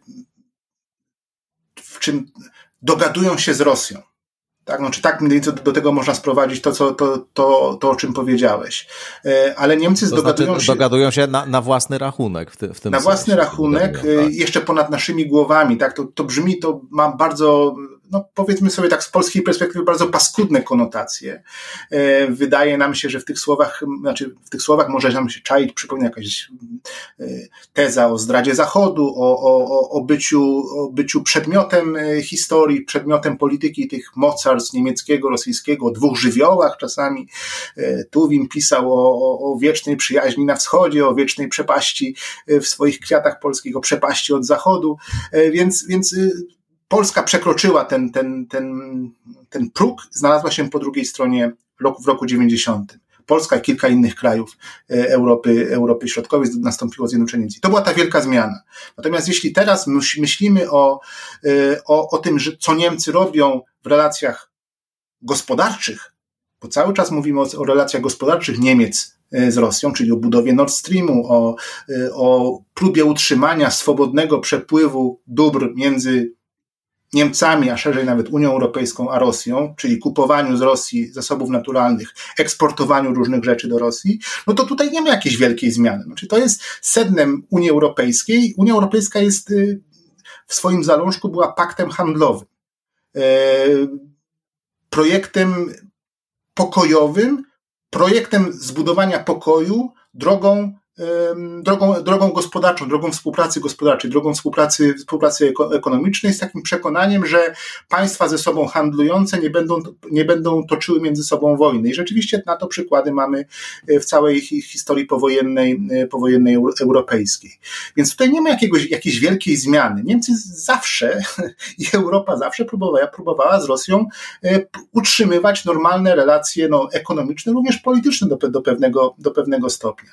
w czym dogadują się z Rosją. Tak, no, czy tak mniej więcej do, do tego można sprowadzić to, co, to, to, to, o czym powiedziałeś. E, ale Niemcy to dogadują znaczy, się... Dogadują się na, na własny rachunek w, ty, w tym Na sensie, własny rachunek, tak. Jeszcze ponad naszymi głowami, tak, to, to brzmi, to ma bardzo, no powiedzmy sobie tak z polskiej perspektywy, bardzo paskudne konotacje. E, wydaje nam się, że w tych słowach, znaczy w tych słowach może nam się czaić, przypomina jakaś e, teza o zdradzie Zachodu, o, o, o, byciu, o byciu przedmiotem historii, przedmiotem polityki tych mocarstw niemieckiego, rosyjskiego, o dwóch żywiołach czasami. E, Tuwim pisał o, o, o wiecznej przyjaźni na wschodzie, o wiecznej przepaści w swoich kwiatach polskich, o przepaści od Zachodu, e, więc, więc Polska przekroczyła ten, ten, ten, ten próg, znalazła się po drugiej stronie roku, w roku dziewięćdziesiątym. Polska i kilka innych krajów Europy, Europy Środkowej nastąpiło zjednoczenie Niemiec. To była ta wielka zmiana. Natomiast jeśli teraz myślimy o, o, o tym, że co Niemcy robią w relacjach gospodarczych, bo cały czas mówimy o, o relacjach gospodarczych Niemiec z Rosją, czyli o budowie Nord Streamu, o, o próbie utrzymania swobodnego przepływu dóbr między Niemcami, a szerzej nawet Unią Europejską, a Rosją, czyli kupowaniu z Rosji zasobów naturalnych, eksportowaniu różnych rzeczy do Rosji, no to tutaj nie ma jakiejś wielkiej zmiany. Znaczy, to jest sednem Unii Europejskiej. Unia Europejska jest w swoim zalążku była paktem handlowym, projektem pokojowym, projektem zbudowania pokoju drogą Drogą, drogą gospodarczą, drogą współpracy gospodarczej, drogą współpracy, współpracy ekonomicznej z takim przekonaniem, że państwa ze sobą handlujące nie będą, nie będą toczyły między sobą wojny. I rzeczywiście na to przykłady mamy w całej historii powojennej, powojennej europejskiej. Więc tutaj nie ma jakiegoś, jakiejś wielkiej zmiany. Niemcy zawsze i Europa zawsze próbowała, próbowała z Rosją utrzymywać normalne relacje no, ekonomiczne, również polityczne do, do, pewnego, do pewnego stopnia.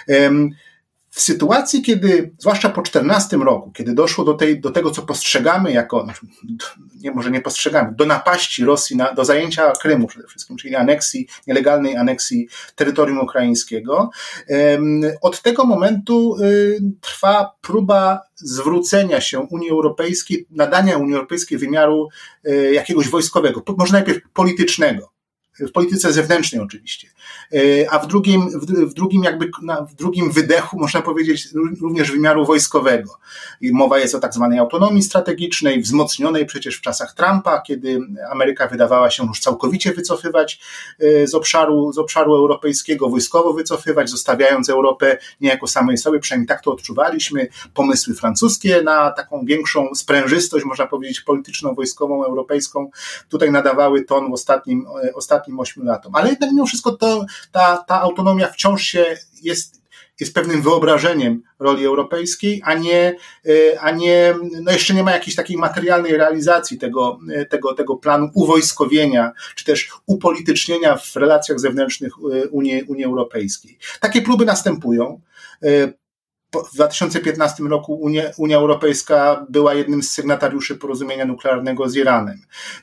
W sytuacji, kiedy, zwłaszcza po czternastym roku, kiedy doszło do, tej, do tego, co postrzegamy jako, nie, może nie postrzegamy, do napaści Rosji, na, do zajęcia Krymu przede wszystkim, czyli aneksji, nielegalnej aneksji terytorium ukraińskiego, od tego momentu trwa próba zwrócenia się Unii Europejskiej, nadania Unii Europejskiej wymiaru jakiegoś wojskowego, może najpierw politycznego. W polityce zewnętrznej oczywiście, a w drugim, w drugim jakby, w drugim wydechu można powiedzieć również wymiaru wojskowego. I mowa jest o tak zwanej autonomii strategicznej, wzmocnionej przecież w czasach Trumpa, kiedy Ameryka wydawała się już całkowicie wycofywać z obszaru, z obszaru europejskiego, wojskowo wycofywać, zostawiając Europę niejako samej sobie, przynajmniej tak to odczuwaliśmy. Pomysły francuskie na taką większą sprężystość, można powiedzieć, polityczną, wojskową, europejską, tutaj nadawały ton w ostatnim, ostatnim ośmiu latom. Ale jednak mimo wszystko to, ta, ta autonomia wciąż się jest, jest pewnym wyobrażeniem roli europejskiej, a nie, a nie, no jeszcze nie ma jakiejś takiej materialnej realizacji tego, tego, tego planu uwojskowienia, czy też upolitycznienia w relacjach zewnętrznych Unii, Unii Europejskiej. Takie próby następują. W dwa tysiące piętnastym roku Unia, Unia Europejska była jednym z sygnatariuszy porozumienia nuklearnego z Iranem.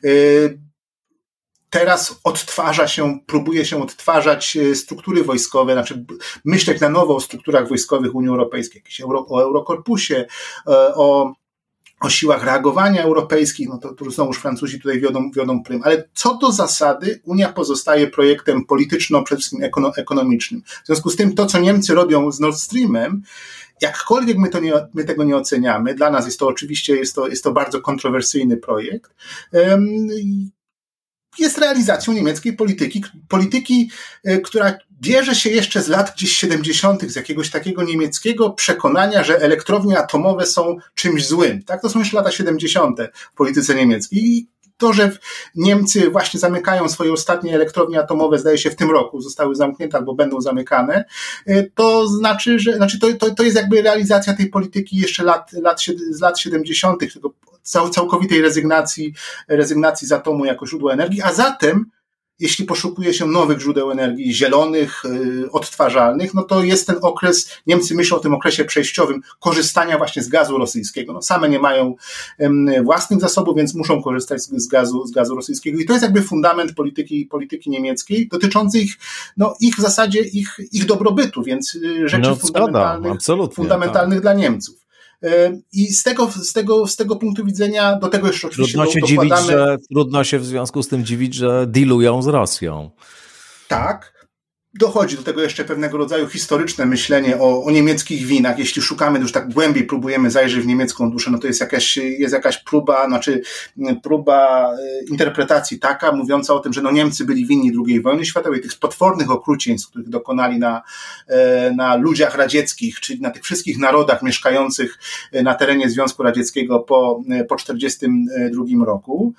Teraz odtwarza się, próbuje się odtwarzać struktury wojskowe, znaczy myśleć na nowo o strukturach wojskowych Unii Europejskiej, jakieś Euro, o Eurokorpusie, o, o siłach reagowania europejskich, no to, to znowuż Francuzi tutaj wiodą, wiodą prym. Ale co do zasady Unia pozostaje projektem polityczno, przede wszystkim ekono, ekonomicznym. W związku z tym to, co Niemcy robią z Nord Streamem, jakkolwiek my, to nie, my tego nie oceniamy, dla nas jest to oczywiście, jest to, jest to bardzo kontrowersyjny projekt, um, jest realizacją niemieckiej polityki, polityki, która bierze się jeszcze z lat gdzieś siedemdziesiątych, z jakiegoś takiego niemieckiego przekonania, że elektrownie atomowe są czymś złym. Tak? To są jeszcze lata siedemdziesiąte w polityce niemieckiej. I to, że Niemcy właśnie zamykają swoje ostatnie elektrownie atomowe, zdaje się w tym roku, zostały zamknięte albo będą zamykane, to znaczy, że znaczy to, to, to jest jakby realizacja tej polityki jeszcze lat, lat, z lat siedemdziesiątych, tego całkowitej rezygnacji, rezygnacji z atomu jako źródła energii, a zatem jeśli poszukuje się nowych źródeł energii, zielonych, yy, odtwarzalnych, no to jest ten okres, Niemcy myślą o tym okresie przejściowym korzystania właśnie z gazu rosyjskiego. No same nie mają yy, własnych zasobów, więc muszą korzystać z, z gazu, z gazu rosyjskiego. I to jest jakby fundament polityki, polityki niemieckiej, dotyczący ich, no ich w zasadzie, ich, ich dobrobytu, więc yy, rzeczy no, fundamentalnych, fundamentalnych tak. dla Niemców. I z tego, z tego, z tego punktu widzenia, do tego jeszcze oczywiście trudno się dokładamy... dziwić, że, trudno się w związku z tym dziwić, że dealują z Rosją. Tak. Dochodzi do tego jeszcze pewnego rodzaju historyczne myślenie o, o niemieckich winach. Jeśli szukamy, już tak głębiej próbujemy zajrzeć w niemiecką duszę, no to jest jakaś, jest jakaś próba, znaczy próba interpretacji taka, mówiąca o tym, że no Niemcy byli winni drugiej wojny światowej, tych potwornych okrucieństw, których dokonali na, na ludziach radzieckich, czyli na tych wszystkich narodach mieszkających na terenie Związku Radzieckiego po, po czterdziestym drugim roku.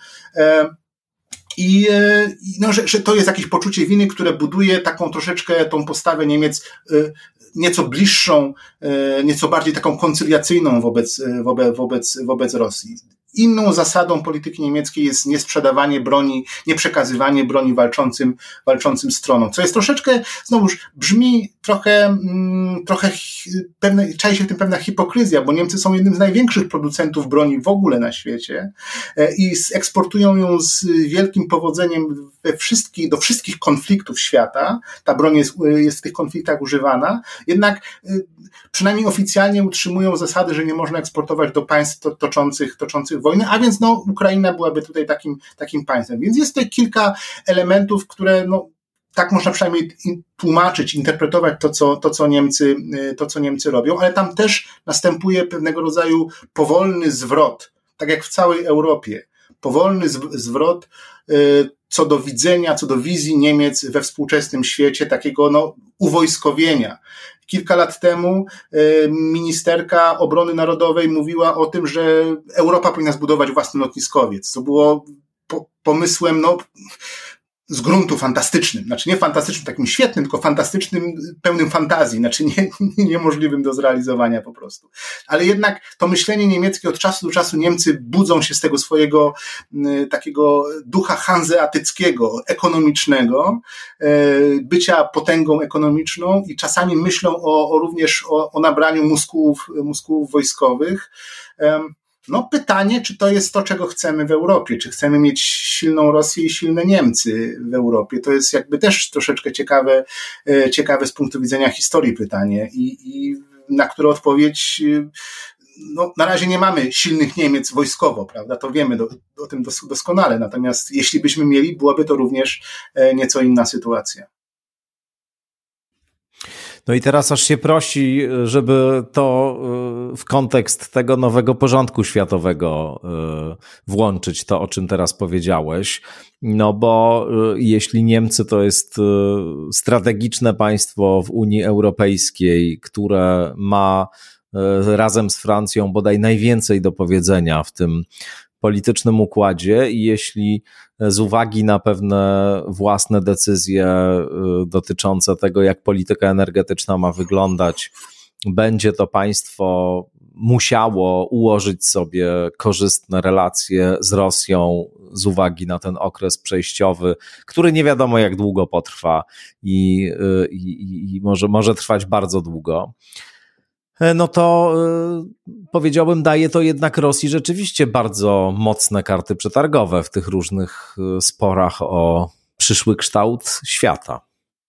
I no, że, że to jest jakieś poczucie winy, które buduje taką troszeczkę tą postawę Niemiec nieco bliższą, nieco bardziej taką koncyliacyjną wobec, wobec, wobec, wobec Rosji. Inną zasadą polityki niemieckiej jest niesprzedawanie broni, nieprzekazywanie broni walczącym, walczącym stronom, co jest troszeczkę, znowuż brzmi trochę, trochę pewne, czai się w tym pewna hipokryzja, bo Niemcy są jednym z największych producentów broni w ogóle na świecie i eksportują ją z wielkim powodzeniem we wszystkich, do wszystkich konfliktów świata. Ta broń jest, jest w tych konfliktach używana, jednak przynajmniej oficjalnie utrzymują zasady, że nie można eksportować do państw toczących, toczących wojnę, a więc no, Ukraina byłaby tutaj takim, takim państwem. Więc jest tutaj kilka elementów, które no, tak można przynajmniej tłumaczyć, interpretować to, co, to, co Niemcy, to, co Niemcy robią, ale tam też następuje pewnego rodzaju powolny zwrot, tak jak w całej Europie. Powolny zwrot co do widzenia, co do wizji Niemiec we współczesnym świecie, takiego no, uwojskowienia. Kilka lat temu ministerka obrony narodowej mówiła o tym, że Europa powinna zbudować własny lotniskowiec, co było po, pomysłem, no, z gruntu fantastycznym, znaczy nie fantastycznym takim świetnym, tylko fantastycznym, pełnym fantazji, znaczy nie, niemożliwym do zrealizowania po prostu. Ale jednak to myślenie niemieckie od czasu do czasu Niemcy budzą się z tego swojego y, takiego ducha hanzeatyckiego, ekonomicznego, y, bycia potęgą ekonomiczną i czasami myślą o, o również o, o nabraniu muskułów, muskułów wojskowych. Y, No pytanie, czy to jest to, czego chcemy w Europie, czy chcemy mieć silną Rosję i silne Niemcy w Europie. To jest jakby też troszeczkę ciekawe, ciekawe z punktu widzenia historii pytanie i, i na które odpowiedź, no na razie nie mamy silnych Niemiec wojskowo, prawda, to wiemy do, o tym dos, doskonale, natomiast jeśli byśmy mieli, byłaby to również nieco inna sytuacja. No i teraz aż się prosi, żeby to w kontekst tego nowego porządku światowego włączyć to, o czym teraz powiedziałeś. No bo jeśli Niemcy to jest strategiczne państwo w Unii Europejskiej, które ma razem z Francją bodaj najwięcej do powiedzenia w tym politycznym układzie i jeśli z uwagi na pewne własne decyzje dotyczące tego, jak polityka energetyczna ma wyglądać, będzie to państwo musiało ułożyć sobie korzystne relacje z Rosją z uwagi na ten okres przejściowy, który nie wiadomo jak długo potrwa i, i, i może, może trwać bardzo długo, no to y, powiedziałbym, daje to jednak Rosji rzeczywiście bardzo mocne karty przetargowe w tych różnych sporach o przyszły kształt świata.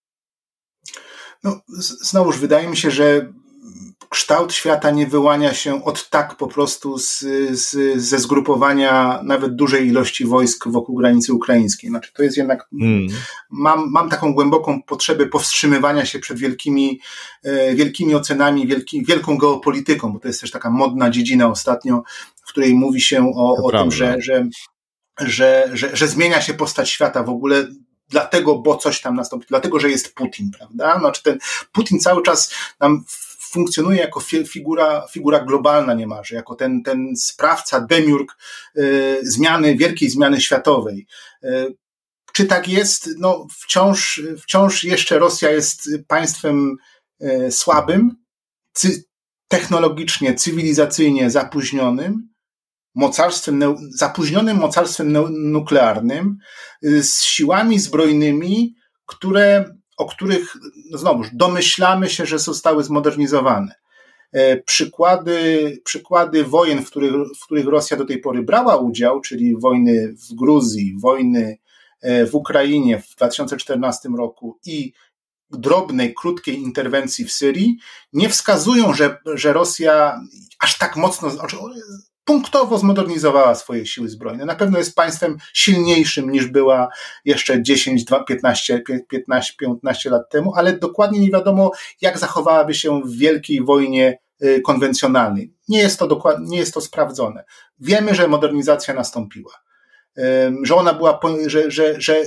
No, znowuż wydaje mi się, że kształt świata nie wyłania się od tak po prostu z, z, ze zgrupowania nawet dużej ilości wojsk wokół granicy ukraińskiej. Znaczy to jest jednak, hmm. mam, mam taką głęboką potrzebę powstrzymywania się przed wielkimi, e, wielkimi ocenami, wielki, wielką geopolityką, bo to jest też taka modna dziedzina ostatnio, w której mówi się o, o tym, że, że, że, że, że zmienia się postać świata w ogóle dlatego, bo coś tam nastąpi, dlatego, że jest Putin, prawda? Znaczy ten Putin cały czas nam funkcjonuje jako figura, figura globalna niemalże, jako ten, ten sprawca, demiurg y, zmiany, wielkiej zmiany światowej. Y, czy tak jest? No wciąż, wciąż jeszcze Rosja jest państwem y, słabym, cy, technologicznie, cywilizacyjnie zapóźnionym, mocarstwem, zapóźnionym mocarstwem nuklearnym, y, z siłami zbrojnymi, które o których, no znowuż, domyślamy się, że zostały zmodernizowane. Przykłady, przykłady wojen, w których, w których Rosja do tej pory brała udział, czyli wojny w Gruzji, wojny w Ukrainie w dwa tysiące czternastym roku i drobnej, krótkiej interwencji w Syrii, nie wskazują, że, że Rosja aż tak mocno, punktowo zmodernizowała swoje siły zbrojne. Na pewno jest państwem silniejszym niż była jeszcze dziesięć, piętnaście, piętnaście, piętnaście lat temu, ale dokładnie nie wiadomo, jak zachowałaby się w wielkiej wojnie konwencjonalnej. Nie jest to dokładnie, nie jest to sprawdzone. Wiemy, że modernizacja nastąpiła. Że ona była, że, że, że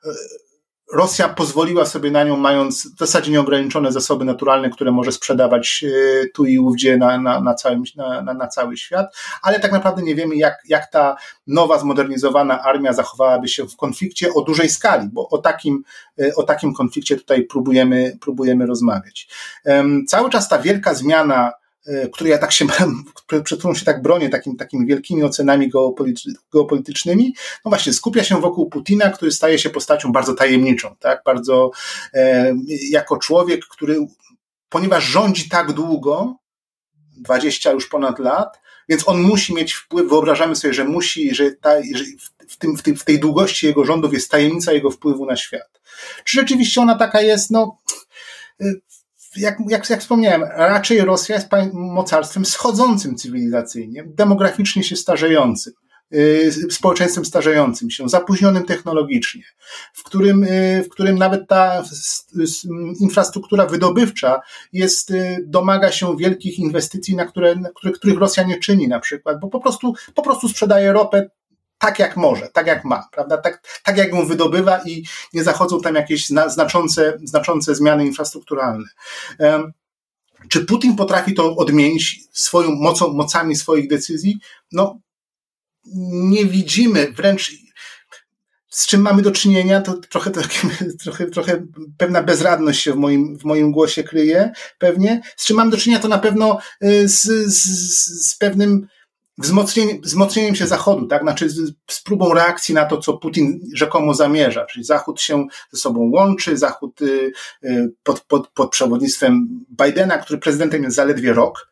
Rosja pozwoliła sobie na nią, mając w zasadzie nieograniczone zasoby naturalne, które może sprzedawać tu i ówdzie na, na, na, całym, na, na, na cały świat, ale tak naprawdę nie wiemy, jak, jak ta nowa, zmodernizowana armia zachowałaby się w konflikcie o dużej skali, bo o takim, o takim konflikcie tutaj próbujemy, próbujemy rozmawiać. Cały czas ta wielka zmiana który ja tak się, przed którą się tak bronię, takim, takimi wielkimi ocenami geopolity, geopolitycznymi, no właśnie skupia się wokół Putina, który staje się postacią bardzo tajemniczą, tak, bardzo e, jako człowiek, który, ponieważ rządzi tak długo, dwadzieścia już ponad lat, więc on musi mieć wpływ, wyobrażamy sobie, że musi, że, ta, że w, tym, w, tym, w tej długości jego rządów jest tajemnica jego wpływu na świat. Czy rzeczywiście ona taka jest? No, jak, jak, jak wspomniałem, raczej Rosja jest mocarstwem schodzącym cywilizacyjnie, demograficznie się starzejącym, społeczeństwem starzejącym się, zapóźnionym technologicznie, w którym, w którym nawet ta infrastruktura wydobywcza jest, domaga się wielkich inwestycji, na które, na które, których Rosja nie czyni na przykład, bo po prostu, po prostu sprzedaje ropę tak jak może, tak jak ma, prawda? Tak, tak jak ją wydobywa i nie zachodzą tam jakieś zna, znaczące, znaczące zmiany infrastrukturalne. Um, czy Putin potrafi to odmienić swoją mocą, mocami swoich decyzji? No, nie widzimy, wręcz z czym mamy do czynienia, to trochę, trochę, trochę pewna bezradność się w moim, w moim głosie kryje, pewnie. Z czym mamy do czynienia, to na pewno z, z, z pewnym wzmocnieniem, wzmocnieniem się Zachodu, tak? Znaczy z, z próbą reakcji na to, co Putin rzekomo zamierza. Czyli Zachód się ze sobą łączy, Zachód y, y, pod, pod, pod przewodnictwem Bidena, który prezydentem jest zaledwie rok.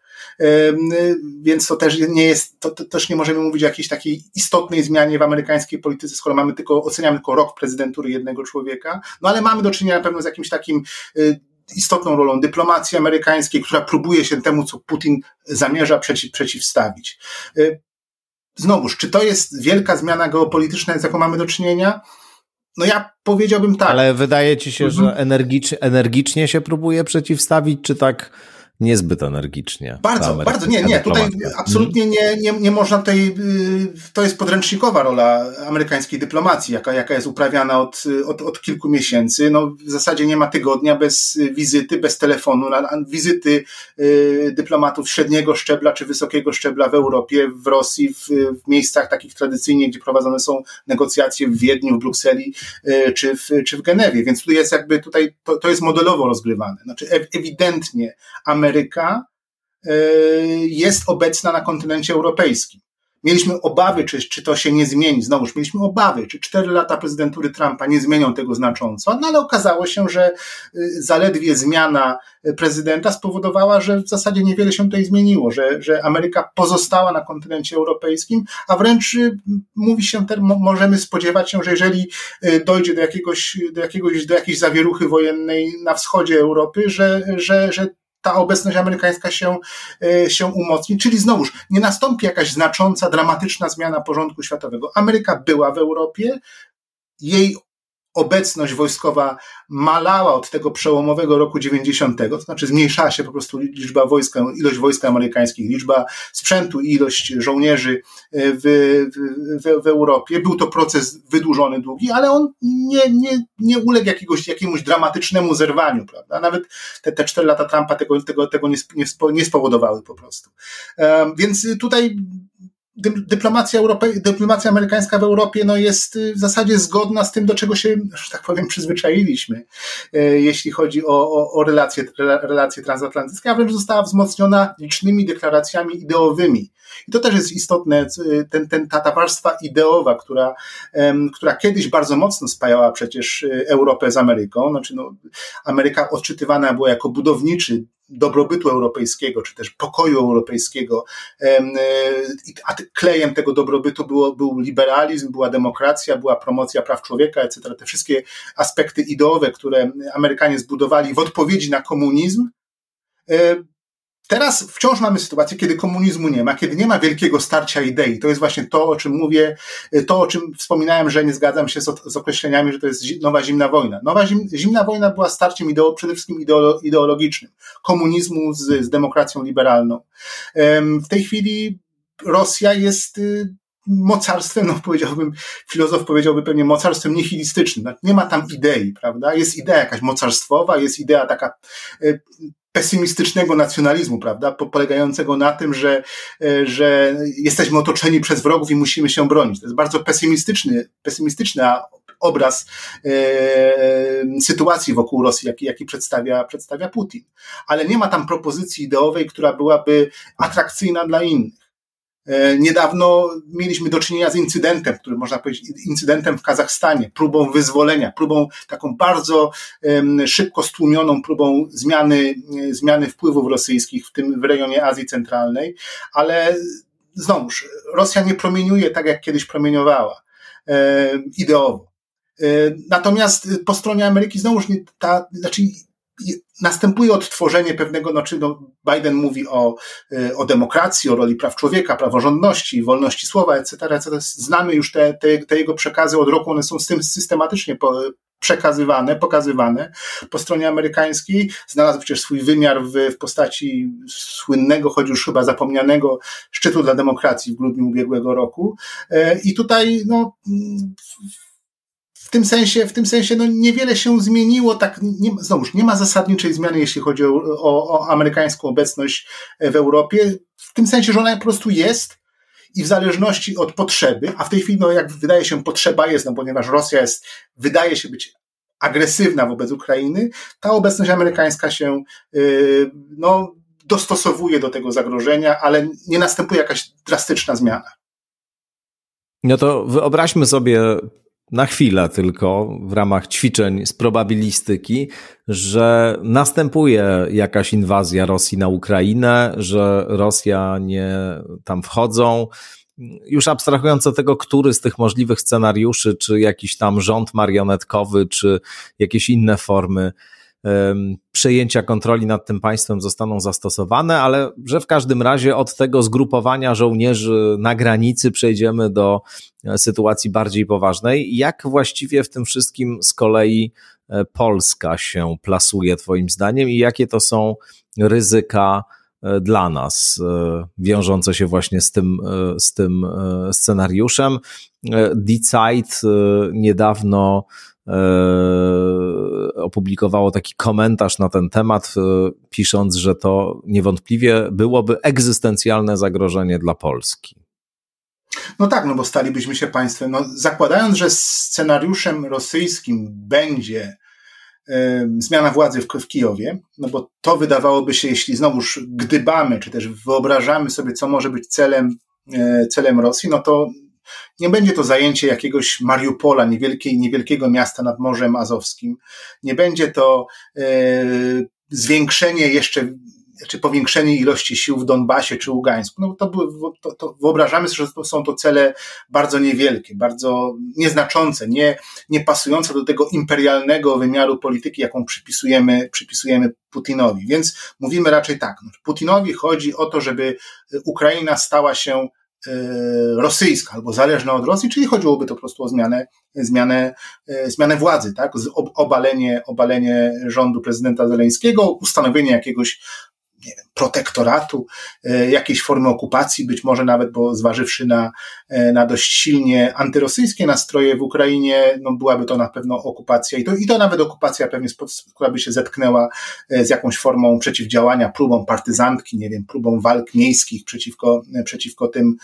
Więc to też nie jest, to, to też nie możemy mówić o jakiejś takiej istotnej zmianie w amerykańskiej polityce, skoro mamy tylko, oceniamy tylko rok prezydentury jednego człowieka, no ale mamy do czynienia na pewno z jakimś takim y, istotną rolą dyplomacji amerykańskiej, która próbuje się temu, co Putin zamierza przeciw, przeciwstawić. Y, znowuż, czy to jest wielka zmiana geopolityczna, z jaką mamy do czynienia? No ja powiedziałbym tak. Ale wydaje ci się, mhm. że energicz, energicznie się próbuje przeciwstawić, czy tak niezbyt energicznie? Bardzo, bardzo, nie, nie, tutaj absolutnie nie, nie, nie można tutaj, to jest podręcznikowa rola amerykańskiej dyplomacji, jaka, jaka jest uprawiana od, od, od kilku miesięcy. No, w zasadzie nie ma tygodnia bez wizyty, bez telefonu, wizyty y, dyplomatów średniego szczebla czy wysokiego szczebla w Europie, w Rosji, w, w miejscach takich tradycyjnie, gdzie prowadzone są negocjacje w Wiedniu, w Brukseli y, czy, w, czy w Genewie, więc tu jest jakby tutaj, to, to jest modelowo rozgrywane. Znaczy ewidentnie Ameryka Ameryka jest obecna na kontynencie europejskim. Mieliśmy obawy, czy, czy to się nie zmieni. Znowuż mieliśmy obawy, czy cztery lata prezydentury Trumpa nie zmienią tego znacząco, no ale okazało się, że zaledwie zmiana prezydenta spowodowała, że w zasadzie niewiele się tutaj zmieniło, że, że Ameryka pozostała na kontynencie europejskim, a wręcz mówi się, możemy spodziewać się, że jeżeli dojdzie do jakiegoś, do jakiegoś, do jakiejś zawieruchy wojennej na wschodzie Europy, że, że, że ta obecność amerykańska się, się umocni, czyli znowuż nie nastąpi jakaś znacząca, dramatyczna zmiana porządku światowego. Ameryka była w Europie, jej obecność wojskowa malała od tego przełomowego roku dziewięćdziesiątego, to znaczy zmniejszała się po prostu liczba wojska, ilość wojsk amerykańskich, liczba sprzętu i ilość żołnierzy w, w, w Europie. Był to proces wydłużony, długi, ale on nie, nie, nie uległ jakiegoś, jakiemuś dramatycznemu zerwaniu, prawda? Nawet te, te cztery lata Trumpa tego, tego, tego nie, nie spowodowały po prostu. Um, więc tutaj Dyplomacja, Europej, dyplomacja amerykańska w Europie no jest w zasadzie zgodna z tym, do czego się, że tak powiem, przyzwyczailiśmy, jeśli chodzi o, o, o relacje, relacje transatlantyckie, a wręcz została wzmocniona licznymi deklaracjami ideowymi. I to też jest istotne, ten, ten, ta, ta warstwa ideowa, która, um, która kiedyś bardzo mocno spajała przecież Europę z Ameryką. Znaczy, no, Ameryka odczytywana była jako budowniczy dobrobytu europejskiego, czy też pokoju europejskiego, a klejem tego dobrobytu było, był liberalizm, była demokracja, była promocja praw człowieka, et cetera. Te wszystkie aspekty ideowe, które Amerykanie zbudowali w odpowiedzi na komunizm. Teraz wciąż mamy sytuację, kiedy komunizmu nie ma, kiedy nie ma wielkiego starcia idei. To jest właśnie to, o czym mówię, to, o czym wspominałem, że nie zgadzam się z, z określeniami, że to jest nowa zimna wojna. Nowa zim, zimna wojna była starciem ideo, przede wszystkim ideolo, ideologicznym. Komunizmu z, z demokracją liberalną. W tej chwili Rosja jest mocarstwem, no powiedziałbym, filozof powiedziałby pewnie mocarstwem nihilistycznym. Nie ma tam idei, prawda? Jest idea jakaś mocarstwowa, jest idea taka pesymistycznego nacjonalizmu, prawda, polegającego na tym, że, że jesteśmy otoczeni przez wrogów i musimy się bronić. To jest bardzo pesymistyczny, pesymistyczna obraz e, sytuacji wokół Rosji, jaki, jaki przedstawia, przedstawia Putin. Ale nie ma tam propozycji ideowej, która byłaby atrakcyjna dla innych. Niedawno mieliśmy do czynienia z incydentem, który można powiedzieć incydentem w Kazachstanie, próbą wyzwolenia, próbą taką bardzo um, szybko stłumioną próbą zmiany, zmiany wpływów rosyjskich, w tym w rejonie Azji Centralnej, ale znowuż Rosja nie promieniuje tak, jak kiedyś promieniowała e, ideowo. E, natomiast po stronie Ameryki znowuż nie, ta, znaczy następuje odtworzenie pewnego, znaczy no Biden mówi o, o demokracji, o roli praw człowieka, praworządności, wolności słowa, et cetera, et cetera. Znamy już te, te, te jego przekazy od roku, one są z tym systematycznie po, przekazywane, pokazywane po stronie amerykańskiej. Znalazł przecież swój wymiar w, w postaci słynnego, choć już chyba zapomnianego szczytu dla demokracji w grudniu ubiegłego roku. I tutaj, no, W tym sensie, w tym sensie, no niewiele się zmieniło, tak, nie, znowuż nie ma zasadniczej zmiany, jeśli chodzi o, o, o amerykańską obecność w Europie, w tym sensie, że ona po prostu jest i w zależności od potrzeby, a w tej chwili, no jak wydaje się, potrzeba jest, no ponieważ Rosja jest, wydaje się być agresywna wobec Ukrainy, ta obecność amerykańska się, yy, no, dostosowuje do tego zagrożenia, ale nie następuje jakaś drastyczna zmiana. No to wyobraźmy sobie na chwilę tylko w ramach ćwiczeń z probabilistyki, że następuje jakaś inwazja Rosji na Ukrainę, że Rosjanie tam wchodzą. Już abstrahując od tego, który z tych możliwych scenariuszy, czy jakiś tam rząd marionetkowy, czy jakieś inne formy um, przejęcia kontroli nad tym państwem zostaną zastosowane, ale że w każdym razie od tego zgrupowania żołnierzy na granicy przejdziemy do sytuacji bardziej poważnej. Jak właściwie w tym wszystkim z kolei Polska się plasuje twoim zdaniem i jakie to są ryzyka dla nas wiążące się właśnie z tym, z tym scenariuszem? Die Zeit niedawno opublikowało taki komentarz na ten temat, pisząc, że to niewątpliwie byłoby egzystencjalne zagrożenie dla Polski. No tak, no bo stalibyśmy się państwem, no zakładając, że scenariuszem rosyjskim będzie y, zmiana władzy w, w Kijowie, no bo to wydawałoby się, jeśli znowuż gdybamy, czy też wyobrażamy sobie, co może być celem, y, celem Rosji, no to nie będzie to zajęcie jakiegoś Mariupola, niewielkiej, niewielkiego miasta nad Morzem Azowskim. Nie będzie to e, zwiększenie jeszcze, czy powiększenie ilości sił w Donbasie czy Ługańsku. No to, to, to wyobrażamy sobie, że to są to cele bardzo niewielkie, bardzo nieznaczące, nie, nie pasujące do tego imperialnego wymiaru polityki, jaką przypisujemy, przypisujemy Putinowi. Więc mówimy raczej tak. No, Putinowi chodzi o to, żeby Ukraina stała się rosyjska albo zależna od Rosji, czyli chodziłoby to po prostu o zmianę, zmianę, zmianę władzy, tak? Obalenie, obalenie rządu prezydenta Zeleńskiego, ustanowienie jakiegoś, nie wiem, protektoratu, jakiejś formy okupacji, być może nawet, bo zważywszy na, na dość silnie antyrosyjskie nastroje w Ukrainie, no byłaby to na pewno okupacja i to, i to nawet okupacja pewnie, która by się zetknęła z jakąś formą przeciwdziałania, próbą partyzantki, nie wiem, próbą walk miejskich przeciwko, przeciwko tym,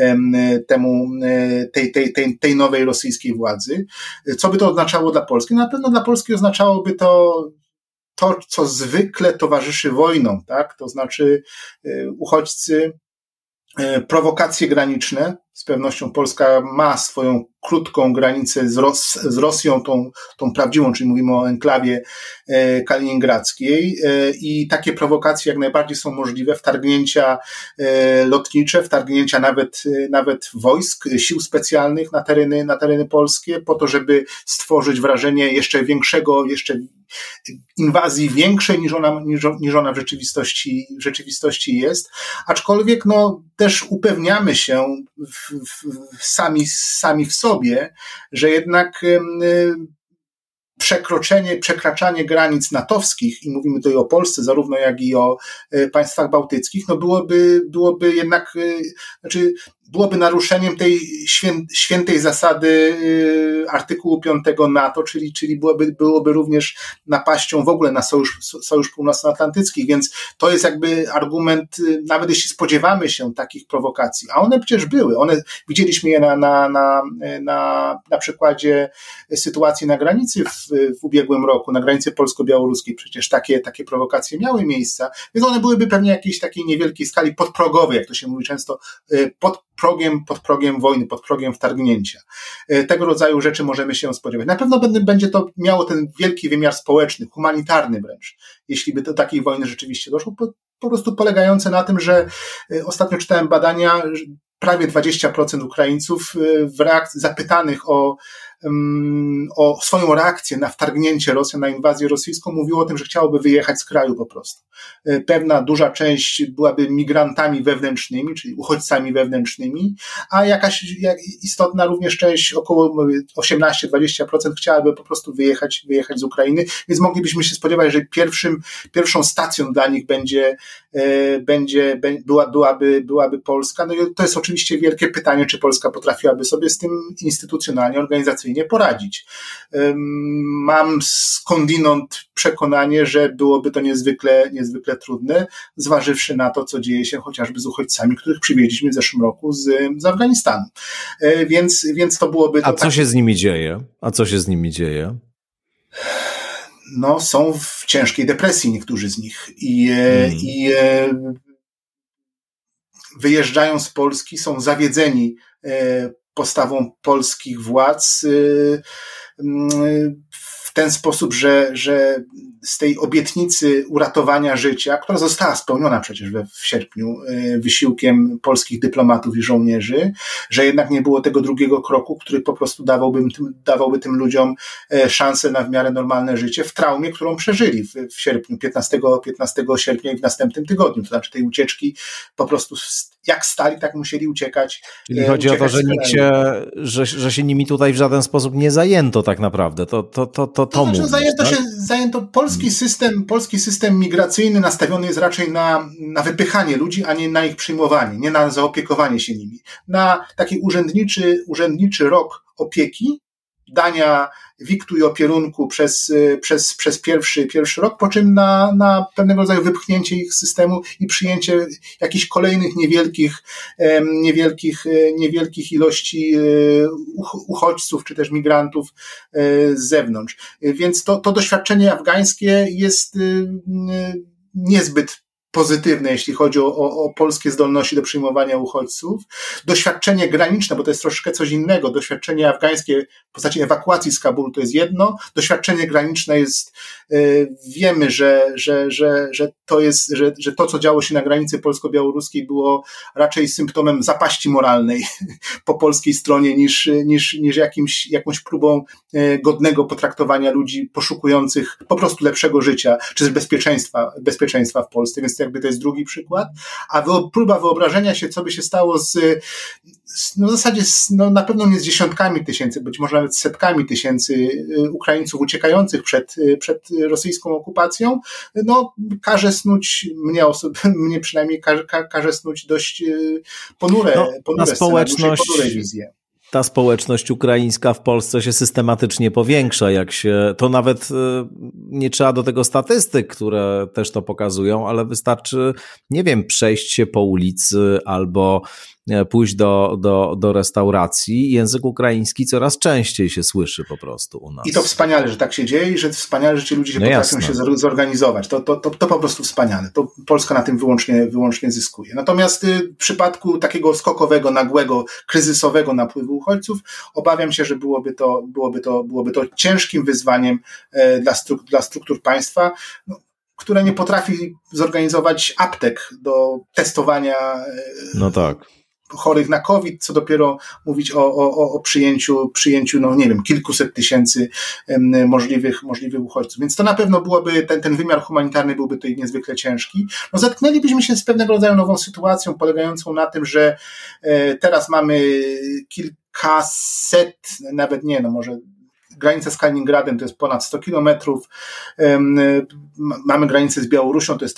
temu, tej, tej, tej, tej nowej rosyjskiej władzy. Co by to oznaczało dla Polski? Na pewno dla Polski oznaczałoby to to, co zwykle towarzyszy wojnom, tak? To znaczy y, uchodźcy, y, prowokacje graniczne. Z pewnością Polska ma swoją krótką granicę z, Ros- z Rosją, tą, tą prawdziwą, czyli mówimy o enklawie e, kaliningradzkiej e, i takie prowokacje jak najbardziej są możliwe, wtargnięcia e, lotnicze, wtargnięcia nawet, e, nawet wojsk, sił specjalnych na tereny, na tereny polskie, po to, żeby stworzyć wrażenie jeszcze większego, jeszcze inwazji większej niż ona, niż, niż ona w rzeczywistości, w rzeczywistości jest. Aczkolwiek no, też upewniamy się w, w, sami, sami w sobie, że jednak y, przekroczenie, przekraczanie granic natowskich, i mówimy tutaj o Polsce zarówno jak i o y, państwach bałtyckich, no byłoby, byłoby jednak, y, znaczy byłoby naruszeniem tej świę, świętej zasady artykułu piątego NATO, czyli, czyli byłoby, byłoby również napaścią w ogóle na Sojusz, Sojusz Północnoatlantycki, więc to jest jakby argument, nawet jeśli spodziewamy się takich prowokacji, a one przecież były, one, widzieliśmy je na, na, na, na, na przykładzie sytuacji na granicy w, w ubiegłym roku, na granicy polsko-białoruskiej, przecież takie, takie prowokacje miały miejsca, więc one byłyby pewnie jakiejś takiej niewielkiej skali podprogowej, jak to się mówi często, pod progiem, pod progiem wojny, pod progiem wtargnięcia. Tego rodzaju rzeczy możemy się spodziewać. Na pewno będzie to miało ten wielki wymiar społeczny, humanitarny wręcz, jeśli by do takiej wojny rzeczywiście doszło, po, po prostu polegające na tym, że ostatnio czytałem badania, prawie dwadzieścia procent Ukraińców w reakcji, zapytanych o o swoją reakcję na wtargnięcie Rosjan, na inwazję rosyjską, mówiło o tym, że chciałoby wyjechać z kraju po prostu. Pewna duża część byłaby migrantami wewnętrznymi, czyli uchodźcami wewnętrznymi, a jakaś istotna również część, około osiemnaście do dwudziestu procent chciałaby po prostu wyjechać, wyjechać z Ukrainy, więc moglibyśmy się spodziewać, że pierwszym, pierwszą stacją dla nich będzie, będzie była, byłaby, byłaby Polska. No i to jest oczywiście wielkie pytanie, czy Polska potrafiłaby sobie z tym instytucjonalnie, organizacyjnie nie poradzić. Mam skądinąd przekonanie, że byłoby to niezwykle, niezwykle trudne, zważywszy na to, co dzieje się chociażby z uchodźcami, których przywieźliśmy w zeszłym roku z, z Afganistanu. Więc, więc to byłoby... To A co tak... się z nimi dzieje? A co się z nimi dzieje? No, są w ciężkiej depresji niektórzy z nich i, hmm. i wyjeżdżają z Polski, są zawiedzeni postawą polskich władz w ten sposób, że, że z tej obietnicy uratowania życia, która została spełniona przecież we, w sierpniu wysiłkiem polskich dyplomatów i żołnierzy, że jednak nie było tego drugiego kroku, który po prostu dawałby tym, dawałby tym ludziom szansę na w miarę normalne życie w traumie, którą przeżyli w, w sierpniu, piętnastego sierpnia i w następnym tygodniu. To znaczy tej ucieczki po prostu jak stali, tak musieli uciekać. Czyli chodzi o to, że nikt się, że, że się nimi tutaj w żaden sposób nie zajęto tak naprawdę. To, to, to, to, to, to znaczy, mówisz, zajęto tak? się, zajęto polski system, polski system migracyjny nastawiony jest raczej na, na wypychanie ludzi, a nie na ich przyjmowanie, nie na zaopiekowanie się nimi. Na taki urzędniczy, urzędniczy rok opieki, dania wiktu i opierunku przez, przez, przez pierwszy, pierwszy rok, po czym na, na pewnego rodzaju wypchnięcie ich z systemu i przyjęcie jakichś kolejnych niewielkich, niewielkich, niewielkich ilości uchodźców czy też migrantów z zewnątrz. Więc to, to doświadczenie afgańskie jest niezbyt pozytywne, jeśli chodzi o, o, o polskie zdolności do przyjmowania uchodźców. Doświadczenie graniczne, bo to jest troszkę coś innego. Doświadczenie afgańskie w postaci ewakuacji z Kabulu to jest jedno. Doświadczenie graniczne jest, yy, wiemy, że, że, że, że to jest, że, że to, co działo się na granicy polsko-białoruskiej było raczej symptomem zapaści moralnej po polskiej stronie niż, niż, niż jakimś, jakąś próbą yy, godnego potraktowania ludzi poszukujących po prostu lepszego życia, czy też bezpieczeństwa, bezpieczeństwa w Polsce. Więc jakby to jest drugi przykład, a wyo, próba wyobrażenia się, co by się stało z, z no w zasadzie z, no na pewno nie z dziesiątkami tysięcy, być może nawet z setkami tysięcy Ukraińców uciekających przed, przed rosyjską okupacją, no każe snuć, mnie, osob, mnie przynajmniej każe, każe snuć dość ponure, no, ponure społeczność... ponure wizje. Ta społeczność ukraińska w Polsce się systematycznie powiększa, jak się, to nawet nie trzeba do tego statystyk, które też to pokazują, ale wystarczy, nie wiem, przejść się po ulicy albo pójść do, do, do restauracji. Język ukraiński coraz częściej się słyszy po prostu u nas. I to wspaniale, że tak się dzieje i że wspaniale, że ci ludzie się no potrafią jasne. się zorganizować. To, to, to, to po prostu wspaniale. To Polska na tym wyłącznie, wyłącznie zyskuje. Natomiast w przypadku takiego skokowego, nagłego, kryzysowego napływu uchodźców, obawiam się, że byłoby to, byłoby to, byłoby to ciężkim wyzwaniem dla, stru- dla struktur państwa, no, które nie potrafi zorganizować aptek do testowania no tak. chorych na COVID, co dopiero mówić o, o, o przyjęciu, przyjęciu, no nie wiem, kilkuset tysięcy możliwych, możliwych uchodźców. Więc to na pewno byłoby, ten, ten wymiar humanitarny byłby tutaj niezwykle ciężki. No zetknęlibyśmy się z pewnego rodzaju nową sytuacją, polegającą na tym, że e, teraz mamy kilkaset, nawet nie, no może granica z Kaliningradem to jest ponad sto kilometrów, mamy granicę z Białorusią, to jest też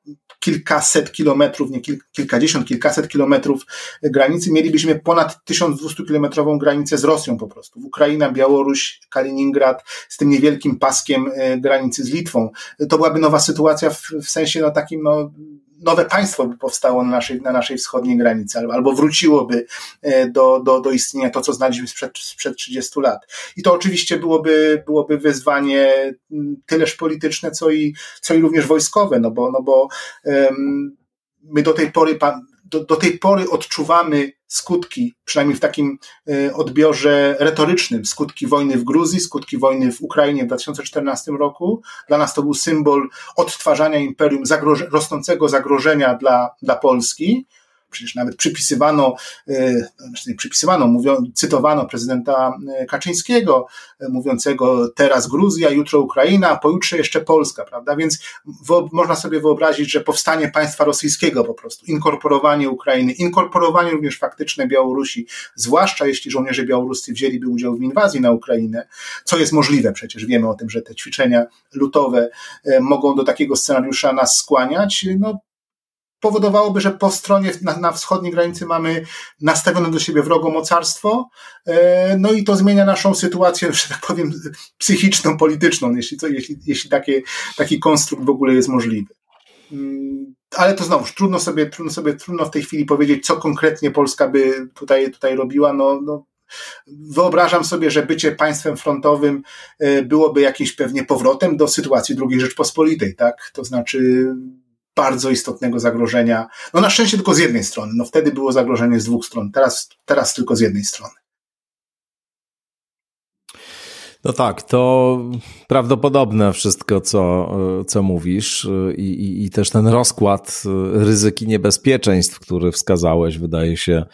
kilkaset kilometrów, nie kil, kilkadziesiąt, kilkaset kilometrów granicy, mielibyśmy ponad tysiąc dwieście kilometrową granicę z Rosją po prostu. Ukraina, Białoruś, Kaliningrad z tym niewielkim paskiem granicy z Litwą. To byłaby nowa sytuacja w, w sensie no takim, no, nowe państwo by powstało na naszej, na naszej wschodniej granicy, albo, albo wróciłoby do, do, do istnienia to, co znaliśmy sprzed, sprzed trzydziestu lat. I to oczywiście byłoby, byłoby wyzwanie tyleż polityczne, co i, co i również wojskowe, no bo, no bo um, my do tej pory, do, do tej pory odczuwamy skutki, przynajmniej w takim y, odbiorze retorycznym, skutki wojny w Gruzji, skutki wojny w Ukrainie w dwa tysiące czternastym roku. Dla nas to był symbol odtwarzania imperium, zagroże, rosnącego zagrożenia dla, dla Polski. Przecież nawet przypisywano, znaczy nie przypisywano, mówią, cytowano prezydenta Kaczyńskiego, mówiącego teraz Gruzja, jutro Ukraina, a pojutrze jeszcze Polska, prawda? Więc wo, można sobie wyobrazić, że powstanie państwa rosyjskiego po prostu, inkorporowanie Ukrainy, inkorporowanie również faktyczne Białorusi, zwłaszcza jeśli żołnierze białoruscy wzięliby udział w inwazji na Ukrainę, co jest możliwe, przecież wiemy o tym, że te ćwiczenia lutowe mogą do takiego scenariusza nas skłaniać, no powodowałoby, że po stronie na, na wschodniej granicy mamy nastawione do siebie wrogo mocarstwo, no i to zmienia naszą sytuację, że tak powiem, psychiczną, polityczną, jeśli, to, jeśli, jeśli takie, taki konstrukt w ogóle jest możliwy. Ale to znowuż trudno sobie, trudno sobie, trudno w tej chwili powiedzieć, co konkretnie Polska by tutaj, tutaj robiła. No, no, wyobrażam sobie, że bycie państwem frontowym byłoby jakimś pewnie powrotem do sytuacji drugiej Rzeczpospolitej, tak? To znaczy bardzo istotnego zagrożenia. No na szczęście tylko z jednej strony. No wtedy było zagrożenie z dwóch stron. Teraz, teraz tylko z jednej strony. No tak, to prawdopodobne wszystko, co, co mówisz i, i, i też ten rozkład ryzyk i niebezpieczeństw, który wskazałeś, wydaje się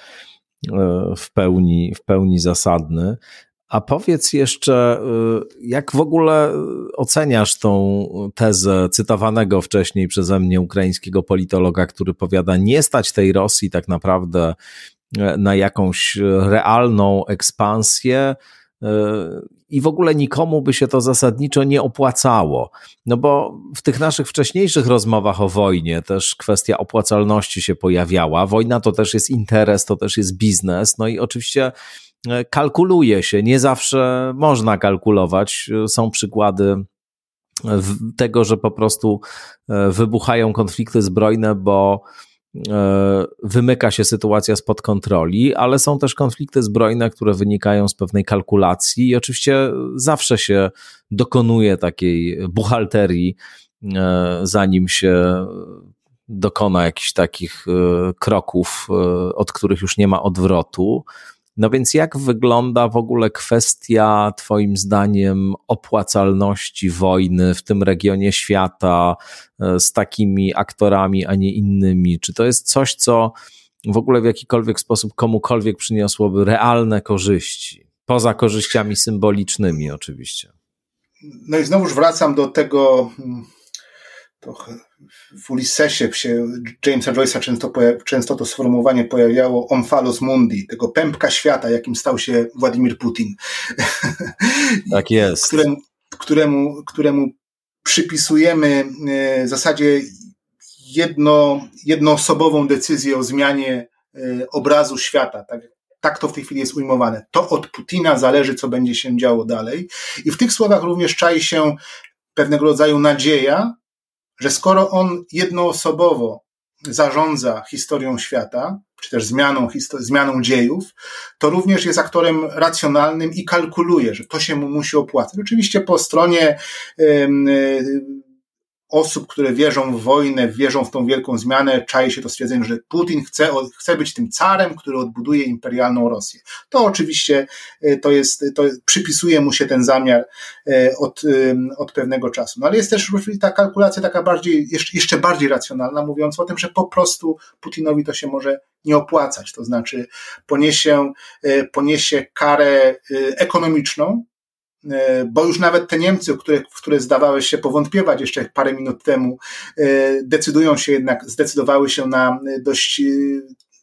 w pełni, w pełni zasadny. A powiedz jeszcze, jak w ogóle oceniasz tą tezę cytowanego wcześniej przeze mnie ukraińskiego politologa, który powiada, nie stać tej Rosji tak naprawdę na jakąś realną ekspansję i w ogóle nikomu by się to zasadniczo nie opłacało. No bo w tych naszych wcześniejszych rozmowach o wojnie też kwestia opłacalności się pojawiała. Wojna to też jest interes, to też jest biznes. No i oczywiście kalkuluje się, nie zawsze można kalkulować. Są przykłady tego, że po prostu wybuchają konflikty zbrojne, bo wymyka się sytuacja spod kontroli, ale są też konflikty zbrojne, które wynikają z pewnej kalkulacji i oczywiście zawsze się dokonuje takiej buchalterii, zanim się dokona jakichś takich kroków, od których już nie ma odwrotu. No więc jak wygląda w ogóle kwestia, twoim zdaniem, opłacalności wojny w tym regionie świata z takimi aktorami, a nie innymi? Czy to jest coś, co w ogóle w jakikolwiek sposób komukolwiek przyniosłoby realne korzyści? Poza korzyściami symbolicznymi oczywiście. No i znowuż wracam do tego... To w Ulyssesie się Jamesa Joyce'a często, często to sformułowanie pojawiało omphalos mundi, tego pępka świata, jakim stał się Władimir Putin. Tak jest. Któremu, któremu, któremu przypisujemy w zasadzie jedno, jednoosobową decyzję o zmianie obrazu świata. Tak, tak to w tej chwili jest ujmowane. To od Putina zależy, co będzie się działo dalej. I w tych słowach również czai się pewnego rodzaju nadzieja, że skoro on jednoosobowo zarządza historią świata, czy też zmianą, zmianą dziejów, to również jest aktorem racjonalnym i kalkuluje, że to się mu musi opłacać. Oczywiście po stronie yy, osób, które wierzą w wojnę, wierzą w tą wielką zmianę, czai się to stwierdzenie, że Putin chce, chce być tym carem, który odbuduje imperialną Rosję. To oczywiście to jest, to przypisuje mu się ten zamiar od, od pewnego czasu. No ale jest też ta kalkulacja taka bardziej, jeszcze, jeszcze bardziej racjonalna, mówiąc o tym, że po prostu Putinowi to się może nie opłacać. To znaczy poniesie, poniesie karę ekonomiczną, bo już nawet te Niemcy, w które, w które zdawałeś się powątpiewać jeszcze parę minut temu, decydują się jednak, zdecydowały się na dość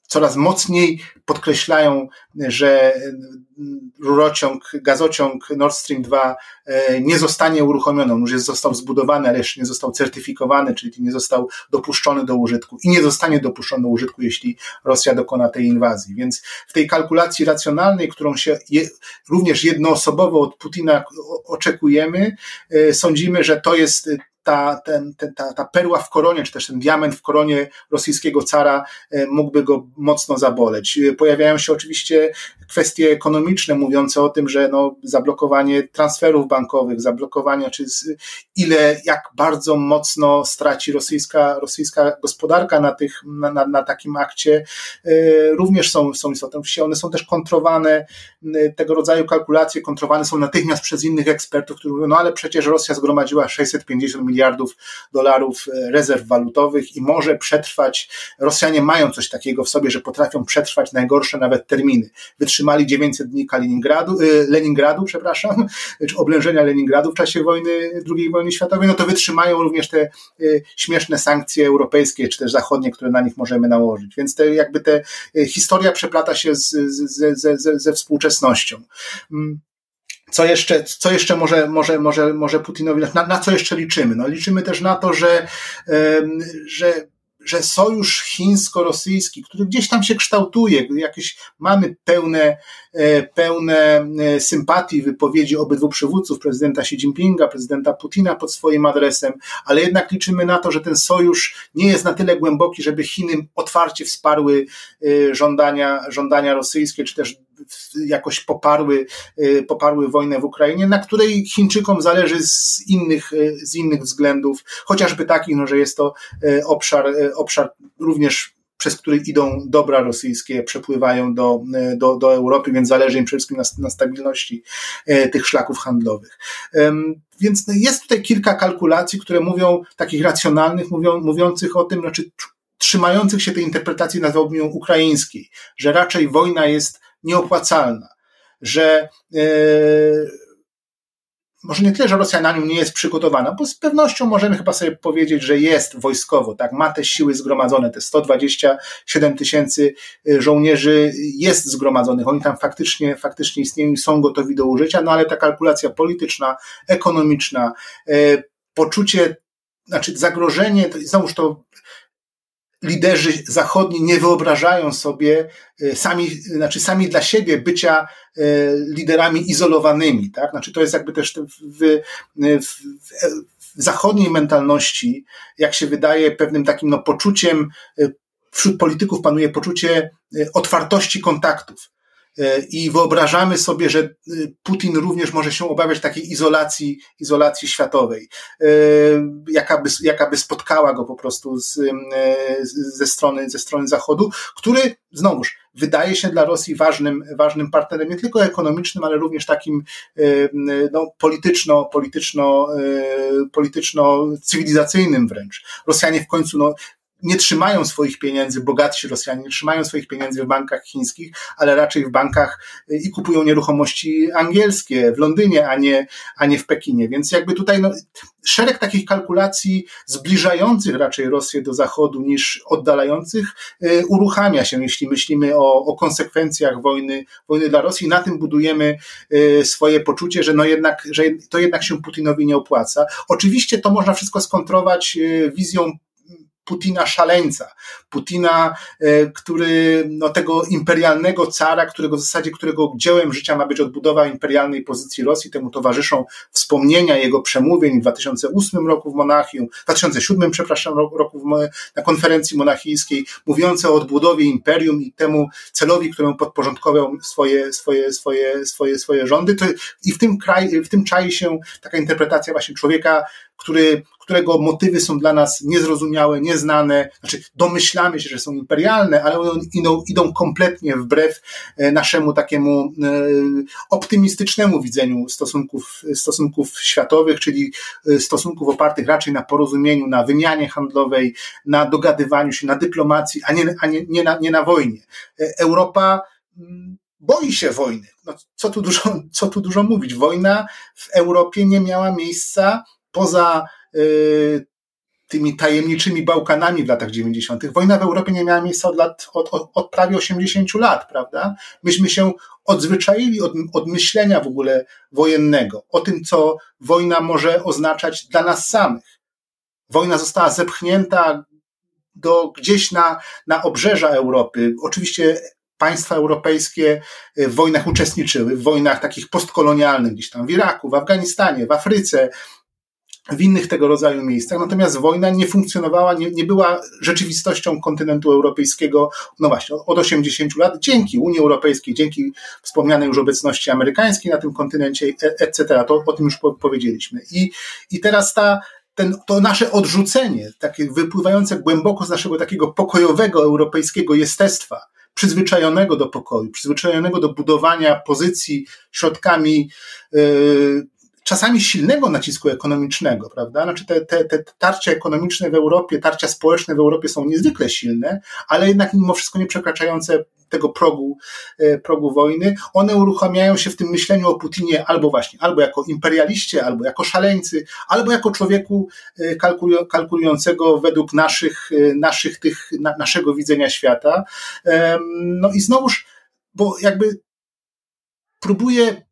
coraz mocniej podkreślają, że rurociąg, gazociąg Nord Stream dwa nie zostanie uruchomiony. On już jest, został zbudowany, ale jeszcze nie został certyfikowany, czyli nie został dopuszczony do użytku i nie zostanie dopuszczony do użytku, jeśli Rosja dokona tej inwazji. Więc w tej kalkulacji racjonalnej, którą się je, również jednoosobowo od Putina oczekujemy, sądzimy, że to jest Ta, ten, ten, ta, ta perła w koronie, czy też ten diament w koronie rosyjskiego cara mógłby go mocno zaboleć. Pojawiają się oczywiście kwestie ekonomiczne mówiące o tym, że no, zablokowanie transferów bankowych, zablokowanie, czy z, ile, jak bardzo mocno straci rosyjska, rosyjska gospodarka na, tych, na, na, na takim akcie, również są, są istotne. One są też kontrowane, tego rodzaju kalkulacje kontrowane są natychmiast przez innych ekspertów, którzy mówią, no ale przecież Rosja zgromadziła sześćset pięćdziesiąt miliardów dolarów rezerw walutowych i może przetrwać. Rosjanie mają coś takiego w sobie, że potrafią przetrwać najgorsze nawet terminy. Wytrzymali dziewięćset dni Kaliningradu, Leningradu, przepraszam, czy oblężenia Leningradu w czasie wojny, drugiej wojny światowej, no to wytrzymają również te śmieszne sankcje europejskie, czy też zachodnie, które na nich możemy nałożyć. Więc te, jakby te historia przeplata się z, z, z, z, ze współczesnością. Co jeszcze, co jeszcze może, może, może, może Putinowi, na, na co jeszcze liczymy? No liczymy też na to, że, że, że sojusz chińsko-rosyjski, który gdzieś tam się kształtuje, jakieś mamy pełne, pełne sympatii wypowiedzi obydwu przywódców, prezydenta Xi Jinpinga, prezydenta Putina pod swoim adresem, ale jednak liczymy na to, że ten sojusz nie jest na tyle głęboki, żeby Chiny otwarcie wsparły żądania, żądania rosyjskie, czy też jakoś poparły, poparły wojnę w Ukrainie, na której Chińczykom zależy z innych, z innych względów, chociażby takich, no, że jest to obszar, obszar również, przez który idą dobra rosyjskie, przepływają do, do, do Europy, więc zależy im przede wszystkim na, na stabilności tych szlaków handlowych. Więc jest tutaj kilka kalkulacji, które mówią, takich racjonalnych, mówią, mówiących o tym, znaczy trzymających się tej interpretacji, nazwałbym ją ukraińskiej, że raczej wojna jest nieopłacalna, że yy, może nie tyle, że Rosja na nią nie jest przygotowana, bo z pewnością możemy chyba sobie powiedzieć, że jest wojskowo, tak, ma te siły zgromadzone, te sto dwadzieścia siedem tysięcy żołnierzy jest zgromadzonych, oni tam faktycznie, faktycznie istnieją i są gotowi do użycia, no ale ta kalkulacja polityczna, ekonomiczna, yy, poczucie, znaczy zagrożenie, to, znowuż to liderzy zachodni nie wyobrażają sobie sami, znaczy sami dla siebie bycia liderami izolowanymi, tak? Znaczy to jest jakby też w, w, w, w zachodniej mentalności, jak się wydaje, pewnym takim no, poczuciem, wśród polityków panuje poczucie otwartości kontaktów. I wyobrażamy sobie, że Putin również może się obawiać takiej izolacji, izolacji światowej, jaka by, jaka by spotkała go po prostu z, ze strony, ze strony Zachodu, który znowuż wydaje się dla Rosji ważnym, ważnym partnerem, nie tylko ekonomicznym, ale również takim no, polityczno, polityczno, polityczno cywilizacyjnym wręcz. Rosjanie w końcu no, nie trzymają swoich pieniędzy, bogatsi Rosjanie nie trzymają swoich pieniędzy w bankach chińskich, ale raczej w bankach i kupują nieruchomości angielskie w Londynie, a nie, a nie w Pekinie. Więc jakby tutaj no, szereg takich kalkulacji zbliżających raczej Rosję do Zachodu niż oddalających y, uruchamia się, jeśli myślimy o, o konsekwencjach wojny, wojny dla Rosji. Na tym budujemy y, swoje poczucie, że, no jednak, że to jednak się Putinowi nie opłaca. Oczywiście to można wszystko skontrować y, wizją Putina szaleńca, Putina, który, no tego imperialnego cara, którego w zasadzie, którego dziełem życia ma być odbudowa imperialnej pozycji Rosji, temu towarzyszą wspomnienia jego przemówień w dwa tysiące ósmym roku w Monachium, w dwa tysiące siódmym, przepraszam, roku w, na konferencji monachijskiej, mówiące o odbudowie imperium i temu celowi, któremu podporządkował swoje, swoje, swoje, swoje, swoje rządy. To, i w tym kraju, w tym czai się taka interpretacja właśnie człowieka, który, którego motywy są dla nas niezrozumiałe, nieznane, znaczy domyślamy się, że są imperialne, ale one idą, idą kompletnie wbrew naszemu takiemu optymistycznemu widzeniu stosunków, stosunków światowych, czyli stosunków opartych raczej na porozumieniu, na wymianie handlowej, na dogadywaniu się, na dyplomacji, a nie, a nie, nie, na, nie na wojnie. Europa boi się wojny. No, co tu dużo, co tu dużo mówić. Wojna w Europie nie miała miejsca poza y, tymi tajemniczymi Bałkanami w latach dziewięćdziesiątych. Wojna w Europie nie miała miejsca od, lat, od, od, od prawie osiemdziesięciu lat, prawda? Myśmy się odzwyczaili od, od myślenia w ogóle wojennego, o tym, co wojna może oznaczać dla nas samych. Wojna została zepchnięta do, gdzieś na, na obrzeża Europy. Oczywiście państwa europejskie w wojnach uczestniczyły, w wojnach takich postkolonialnych, gdzieś tam w Iraku, w Afganistanie, w Afryce, w innych tego rodzaju miejscach. Natomiast wojna nie funkcjonowała, nie, nie była rzeczywistością kontynentu europejskiego, no właśnie, od osiemdziesięciu lat, dzięki Unii Europejskiej, dzięki wspomnianej już obecności amerykańskiej na tym kontynencie, et cetera. To o tym już powiedzieliśmy. I, i teraz ta Ten, to nasze odrzucenie, takie wypływające głęboko z naszego takiego pokojowego europejskiego jestestwa, przyzwyczajonego do pokoju, przyzwyczajonego do budowania pozycji środkami yy, czasami silnego nacisku ekonomicznego, prawda? Znaczy te, te, te tarcia ekonomiczne w Europie, tarcia społeczne w Europie są niezwykle silne, ale jednak mimo wszystko nie przekraczające tego progu, progu wojny. One uruchamiają się w tym myśleniu o Putinie albo właśnie, albo jako imperialiście, albo jako szaleńcy, albo jako człowieku kalkulu, kalkulującego według naszych, naszych tych, na, naszego widzenia świata. No i znowuż, bo jakby próbuję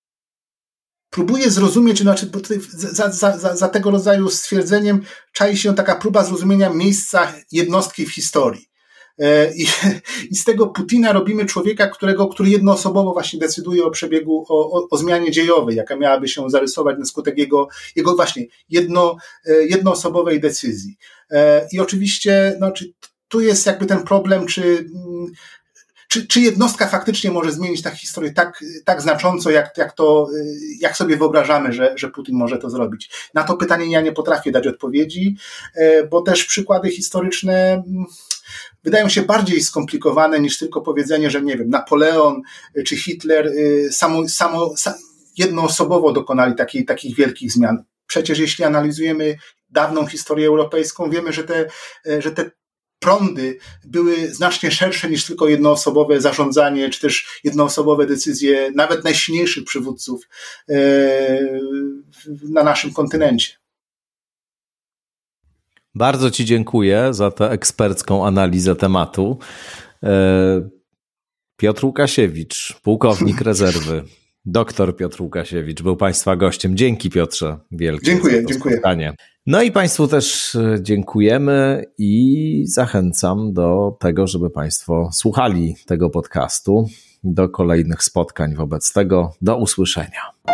Próbuję zrozumieć, znaczy, bo tutaj za, za, za, za tego rodzaju stwierdzeniem czai się taka próba zrozumienia miejsca jednostki w historii. I, i z tego Putina robimy człowieka, którego, który jednoosobowo właśnie decyduje o przebiegu, o, o, o zmianie dziejowej, jaka miałaby się zarysować na skutek jego, jego właśnie jedno, jednoosobowej decyzji. I oczywiście, no, czy tu jest jakby ten problem, czy Czy, czy jednostka faktycznie może zmienić tę historię tak, tak znacząco, jak, jak, to, jak sobie wyobrażamy, że, że Putin może to zrobić? Na to pytanie ja nie potrafię dać odpowiedzi, bo też przykłady historyczne wydają się bardziej skomplikowane niż tylko powiedzenie, że nie wiem, Napoleon czy Hitler samo, samo, jednoosobowo dokonali takiej, takich wielkich zmian. Przecież jeśli analizujemy dawną historię europejską, wiemy, że te, że te prądy były znacznie szersze niż tylko jednoosobowe zarządzanie, czy też jednoosobowe decyzje nawet najsilniejszych przywódców na naszym kontynencie. Bardzo Ci dziękuję za tę ekspercką analizę tematu. Piotr Łukasiewicz, pułkownik rezerwy. Doktor Piotr Łukasiewicz był Państwa gościem. Dzięki, Piotrze, wielkie. Dziękuję, dziękuję. Spotkanie. No i Państwu też dziękujemy i zachęcam do tego, żeby Państwo słuchali tego podcastu. Do kolejnych spotkań wobec tego. Do usłyszenia.